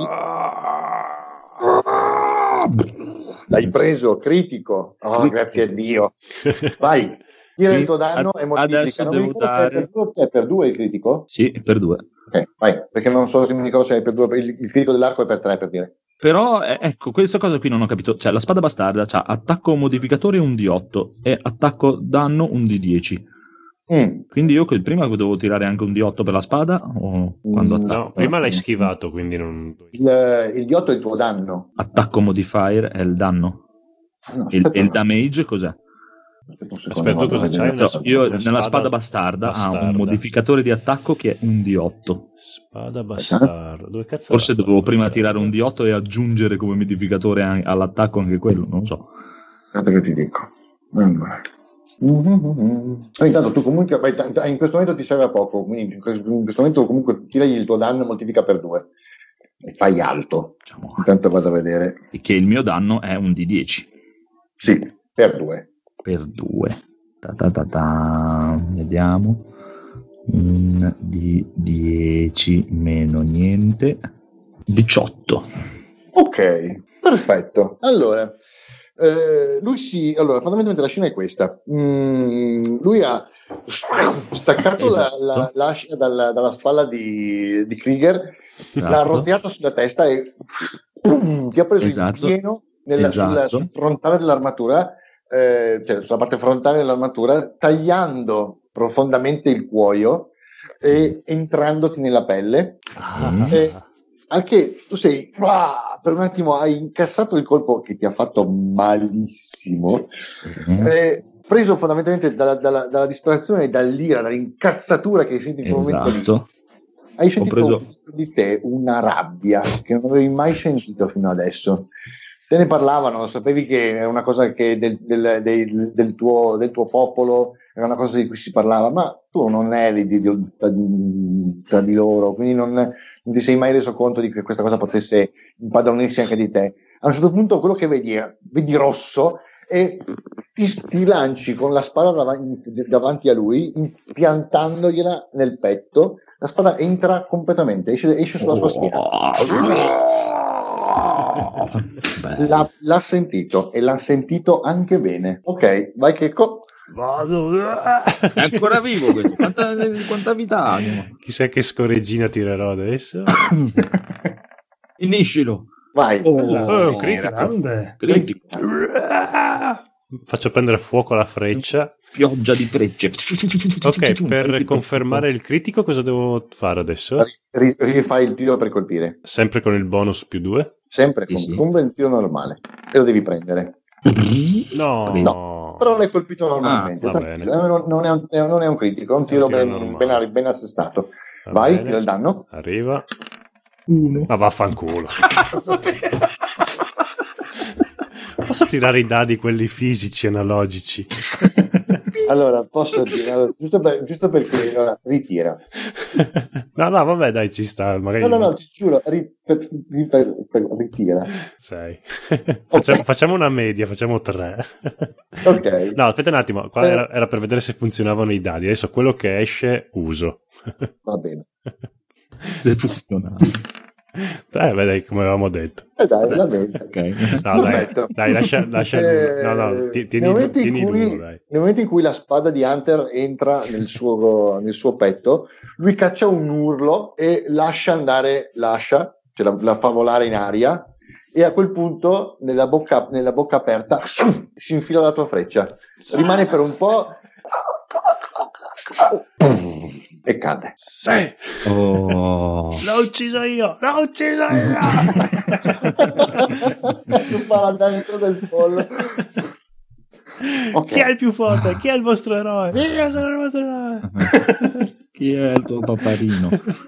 L'hai preso, critico. Oh, critico. Grazie a Dio. Vai. Tira il tuo danno e moltiplica. Adesso devo dare... È per due il critico? Sì, per due. Ok, vai, perché non so se mi ricordo se è per due, il, il critico dell'arco è per tre, per dire. Però, eh, ecco, questa cosa qui non ho capito. Cioè, la spada bastarda c'ha attacco modificatore un D otto e attacco danno un D dieci. Mm. Quindi io prima devo tirare anche un D otto per la spada? O quando mm, no, prima l'hai schivato, quindi non... Il, il D otto è il tuo danno. Attacco modifier è il danno. No, il, e il damage cos'è? Aspetta, cosa c'hai? Una, io una nella spada bastarda, bastarda ha un modificatore di attacco che è un D otto. Spada bastarda. Dove cazzo Forse dovevo prima tirare un D otto e aggiungere come modificatore all'attacco anche quello, non lo so. Guarda che ti dico. Allora. Mm-hmm. Intanto tu comunque in questo momento ti serve a poco, quindi in questo momento comunque tira il tuo danno e moltiplica per due e fai alto. Diciamo. Intanto vado a vedere. E che il mio danno è un D dieci. Sì, per due. Per due. Ta ta ta ta. Vediamo. Un D dieci meno niente. diciotto. Ok, perfetto. Allora, eh, lui si. Allora, fondamentalmente la scena è questa. Mm, lui ha staccato esatto. la, la, l'ascia dalla, dalla spalla di, di Krieger, esatto. l'ha arrotolata sulla testa e pum, ti ha preso esatto. in pieno nella, esatto. sul, sul frontale dell'armatura. Eh, cioè sulla parte frontale dell'armatura, tagliando profondamente il cuoio e entrandoti nella pelle. Ah. Eh, anche tu sei ah, per un attimo hai incassato il colpo che ti ha fatto malissimo, mm-hmm. eh, preso fondamentalmente dalla, dalla, dalla disperazione e dall'ira, dall'incazzatura che hai sentito in quel esatto. momento lì. Hai sentito preso... di te una rabbia che non avevi mai sentito fino adesso. Te ne parlavano, sapevi che era una cosa che del, del, del, del, tuo, del tuo popolo, era una cosa di cui si parlava, ma tu non eri di, di, di, tra di loro, quindi non, non ti sei mai reso conto di che questa cosa potesse impadronirsi anche di te. A un certo punto quello che vedi è, vedi rosso e ti, ti lanci con la spada davanti, davanti a lui, impiantandogliela nel petto. La spada entra completamente, esce, esce sulla sua schiena. L'ha, l'ha sentito e l'ha sentito anche bene. Ok, vai Checco. Vado. È ancora vivo questo. Quanta, quanta vita ha? Chissà che scoreggina tirerò adesso. Finiscilo. Vai. Oh, oh, critico. critico. Faccio prendere fuoco la freccia. Pioggia di frecce. Ok, per confermare il critico cosa devo fare adesso? Rifai il tiro per colpire. Sempre con il bonus più due? Sempre con sì. un tiro normale. E lo devi prendere. No. no. Però l'hai colpito normalmente. Ah, va bene. Non, non, è un, non è un critico, è un tiro, è un tiro ben, ben, ben assestato. Va Vai, bene. Tira il danno. Arriva. Uno. Ma vaffanculo. Posso tirare i dadi quelli fisici analogici? Allora, posso tirare, giusto, per, giusto perché allora, ritira. No, no, vabbè, dai, ci sta. Magari no, no, no, ti giuro, ri, per, per, per, ritira. Sei. Facciamo, okay. facciamo una media, facciamo tre. Ok. No, aspetta un attimo, qua eh. era, era per vedere se funzionavano i dadi. Adesso quello che esce uso. Va bene. Se funziona. Eh, beh, dai, come avevamo detto. Eh dai, la mente. Okay. No, dai, dai, lascia, lascia eh, no, no, ti, tieni, nel, momento tieni cui, l'uno, dai. Nel momento in cui la spada di Hunter entra nel suo, nel suo petto, lui caccia un urlo e lascia andare l'ascia, cioè la, la fa volare in aria, e a quel punto nella bocca, nella bocca aperta si infila la tua freccia. Rimane per un po' e cade. Sì. Oh. L'ho ucciso io, l'ho ucciso io. Fa la danza del pollo. Okay. Chi è il più forte? Chi è il vostro eroe? Io sono il vostro eroe. Chi è il tuo paparino?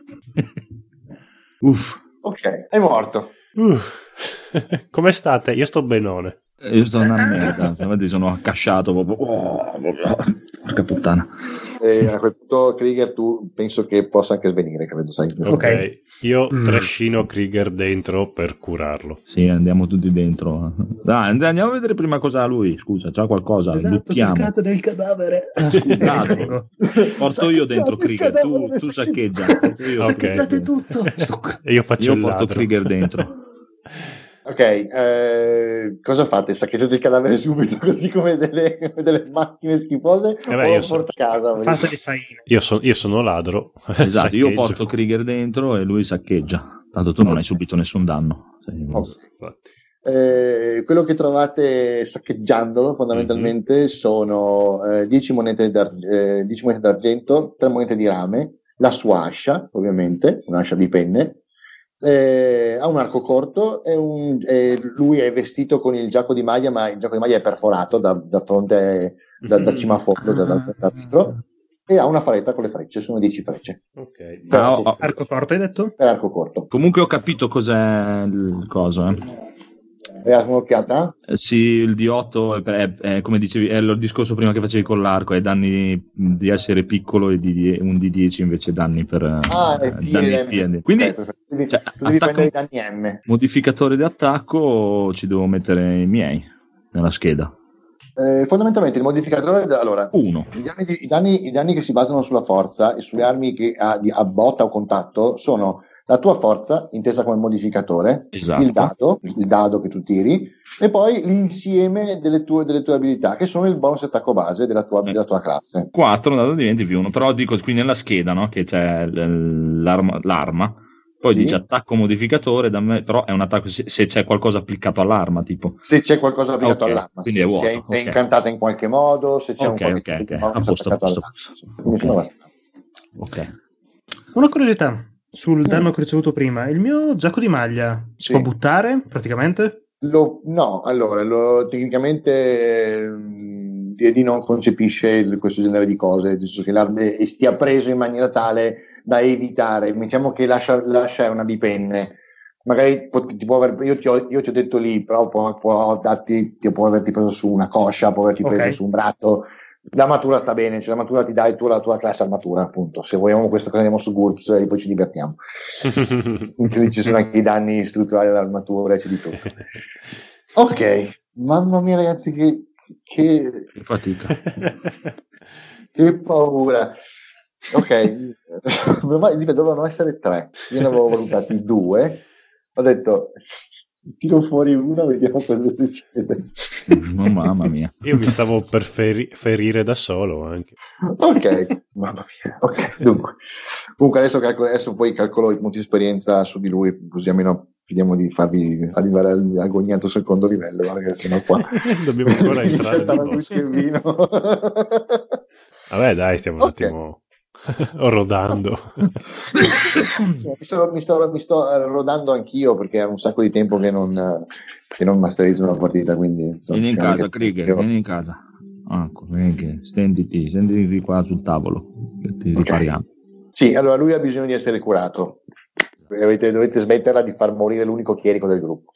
Uff. Ok, è morto. Uff. Come state? Io sto benone. Io sto una merda, infatti sono accasciato proprio. Oh, porca puttana. E a quel punto Krieger tu penso che possa anche svenire, credo, sai. Ok, okay. Io mm. trascino Krieger dentro per curarlo. Sì, andiamo tutti dentro. Dai, andiamo a vedere prima cosa ha lui, scusa, c'ha qualcosa, esatto, luttiamo. cercate del cadavere. Ah, scusa, porto io dentro Krieger, tu, tu saccheggia. Saccheggiate tutto. E io faccio io il porto ladro. Krieger dentro. Ok, eh, cosa fate? Saccheggiate il cadavere subito così come delle, delle macchine schifose eh beh, o so, porta a casa? Io, so, io sono ladro. Esatto, io porto Krieger dentro e lui saccheggia. Tanto tu non hai subito nessun danno. Okay. Eh, quello che trovate saccheggiandolo fondamentalmente mm-hmm. sono eh, dieci monete, d'ar- eh, dieci monete d'argento, tre monete di rame, la sua ascia, ovviamente, un'ascia di penne. Eh, ha un arco corto e un, eh, lui è vestito con il giacco di maglia, ma il giacco di maglia è perforato da, da fronte da, da cima a fondo, da, da, da dentro, e ha una faretta con le frecce, sono dieci frecce. Okay. Per, ah, oh, arco corto hai detto? Per arco corto. Comunque ho capito cos'è il coso, eh. Hai dato un'occhiata? Eh, sì, il D otto è, è, è come dicevi, è il discorso prima che facevi con l'arco, è danni di essere piccolo e di un D dieci invece danni per ah, eh, danni P. Quindi okay, devi, cioè, tu devi prendere i danni M. Modificatore di attacco ci devo mettere i miei nella scheda. Eh, fondamentalmente il modificatore allora uno. I danni, i, danni, i danni che si basano sulla forza e sulle armi che ha di, a botta o contatto sono la tua forza, intesa come modificatore, esatto. il dado, il dado che tu tiri, e poi l'insieme delle tue, delle tue abilità, che sono il bonus attacco base della tua, eh. della tua classe. quattro, dado diventi più uno, però dico qui nella scheda, no? Che c'è l'arma, l'arma. Poi sì. Dice attacco modificatore, da me, però è un attacco se, se c'è qualcosa applicato all'arma, tipo. Se c'è qualcosa applicato okay, all'arma, quindi sì. è vuoto, se, è, okay. se è incantata in qualche modo, se c'è okay, un okay, okay. po' di posto, posto, posto. Okay. ok. Una curiosità sul mm. danno che ho ricevuto prima. Il mio giacco di maglia si sì. può buttare praticamente? Lo, no, allora, lo, tecnicamente D and D non concepisce il, questo genere di cose, nel senso che l'arma stia preso in maniera tale da evitare, diciamo che lascia, lascia una bipenne, magari ti può aver, io, ti ho, io ti ho detto lì, però può, può, darti, ti può averti preso su una coscia, può averti preso okay. su un braccio. L'armatura sta bene, cioè l'armatura ti dai tu la tua classe armatura, appunto. Se vogliamo questa cosa andiamo su GURPS e poi ci divertiamo. Quindi ci sono anche i danni strutturali all'armatura e c'è di tutto. Ok, mamma mia ragazzi, che, che... che fatica. Che paura. Ok, dovevano essere tre, io ne avevo valutati due, ho detto tiro fuori uno, vediamo cosa succede. Oh, mamma mia, io mi stavo per feri- ferire da solo anche. Ok, mamma mia. Ok, dunque, comunque adesso, calcolo, adesso poi calcolo i punti di esperienza su di lui, così almeno vediamo di farvi arrivare all'agognato secondo livello, perché sennò qua dobbiamo ancora entrare nel bosco. Vino. Vabbè dai, stiamo un okay. attimo rodando. mi, sto, mi, sto, mi sto rodando anch'io perché è un sacco di tempo che non, che non masterizzo una partita, quindi insomma, vieni in casa Krieger, io... vieni in casa ah, stenditi, stenditi qua sul tavolo che ti ripariamo. Okay. Sì, allora lui ha bisogno di essere curato. Dovete, dovete smetterla di far morire l'unico chierico del gruppo.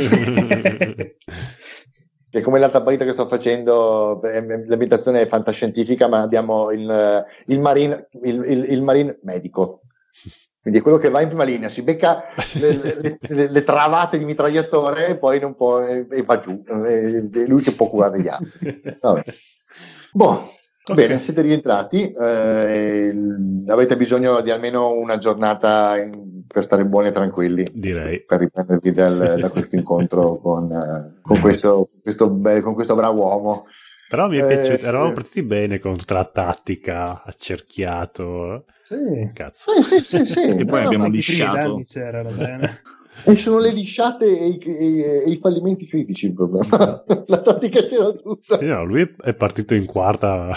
Che come l'altra partita che sto facendo, l'ambientazione è fantascientifica, ma abbiamo il, il marine il, il, il marine medico, quindi è quello che va in prima linea, si becca le, le, le, le travate di mitragliatore e poi non può e, e va giù, è lui che può curare gli altri. Vabbè. Boh, okay. Bene, siete rientrati, eh, avete bisogno di almeno una giornata in, per stare buoni e tranquilli, direi, per riprendervi dal, da questo incontro con, uh, con, questo, questo be- con questo bravo uomo. Però mi è eh, piaciuto, eravamo partiti bene con tutta la tattica, accerchiato. Sì, cazzo. Sì, sì, sì, sì. E poi no, abbiamo lisciato. Bene. E sono le lisciate e i, e, e i fallimenti critici il problema. La tattica c'era tutta. Sì, no, lui è partito in quarta.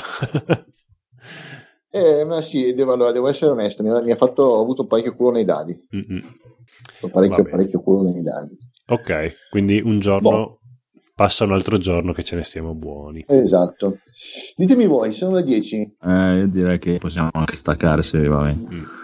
Eh, ma sì, devo, allora, devo essere onesto, mi ha, mi ha fatto, ho avuto parecchio culo nei dadi. Ho parecchio, parecchio culo nei dadi. Ok, quindi un giorno boh. Passa un altro giorno che ce ne stiamo buoni. Esatto. Ditemi voi, sono le dieci. Eh, io direi che possiamo anche staccare se va bene. Mm.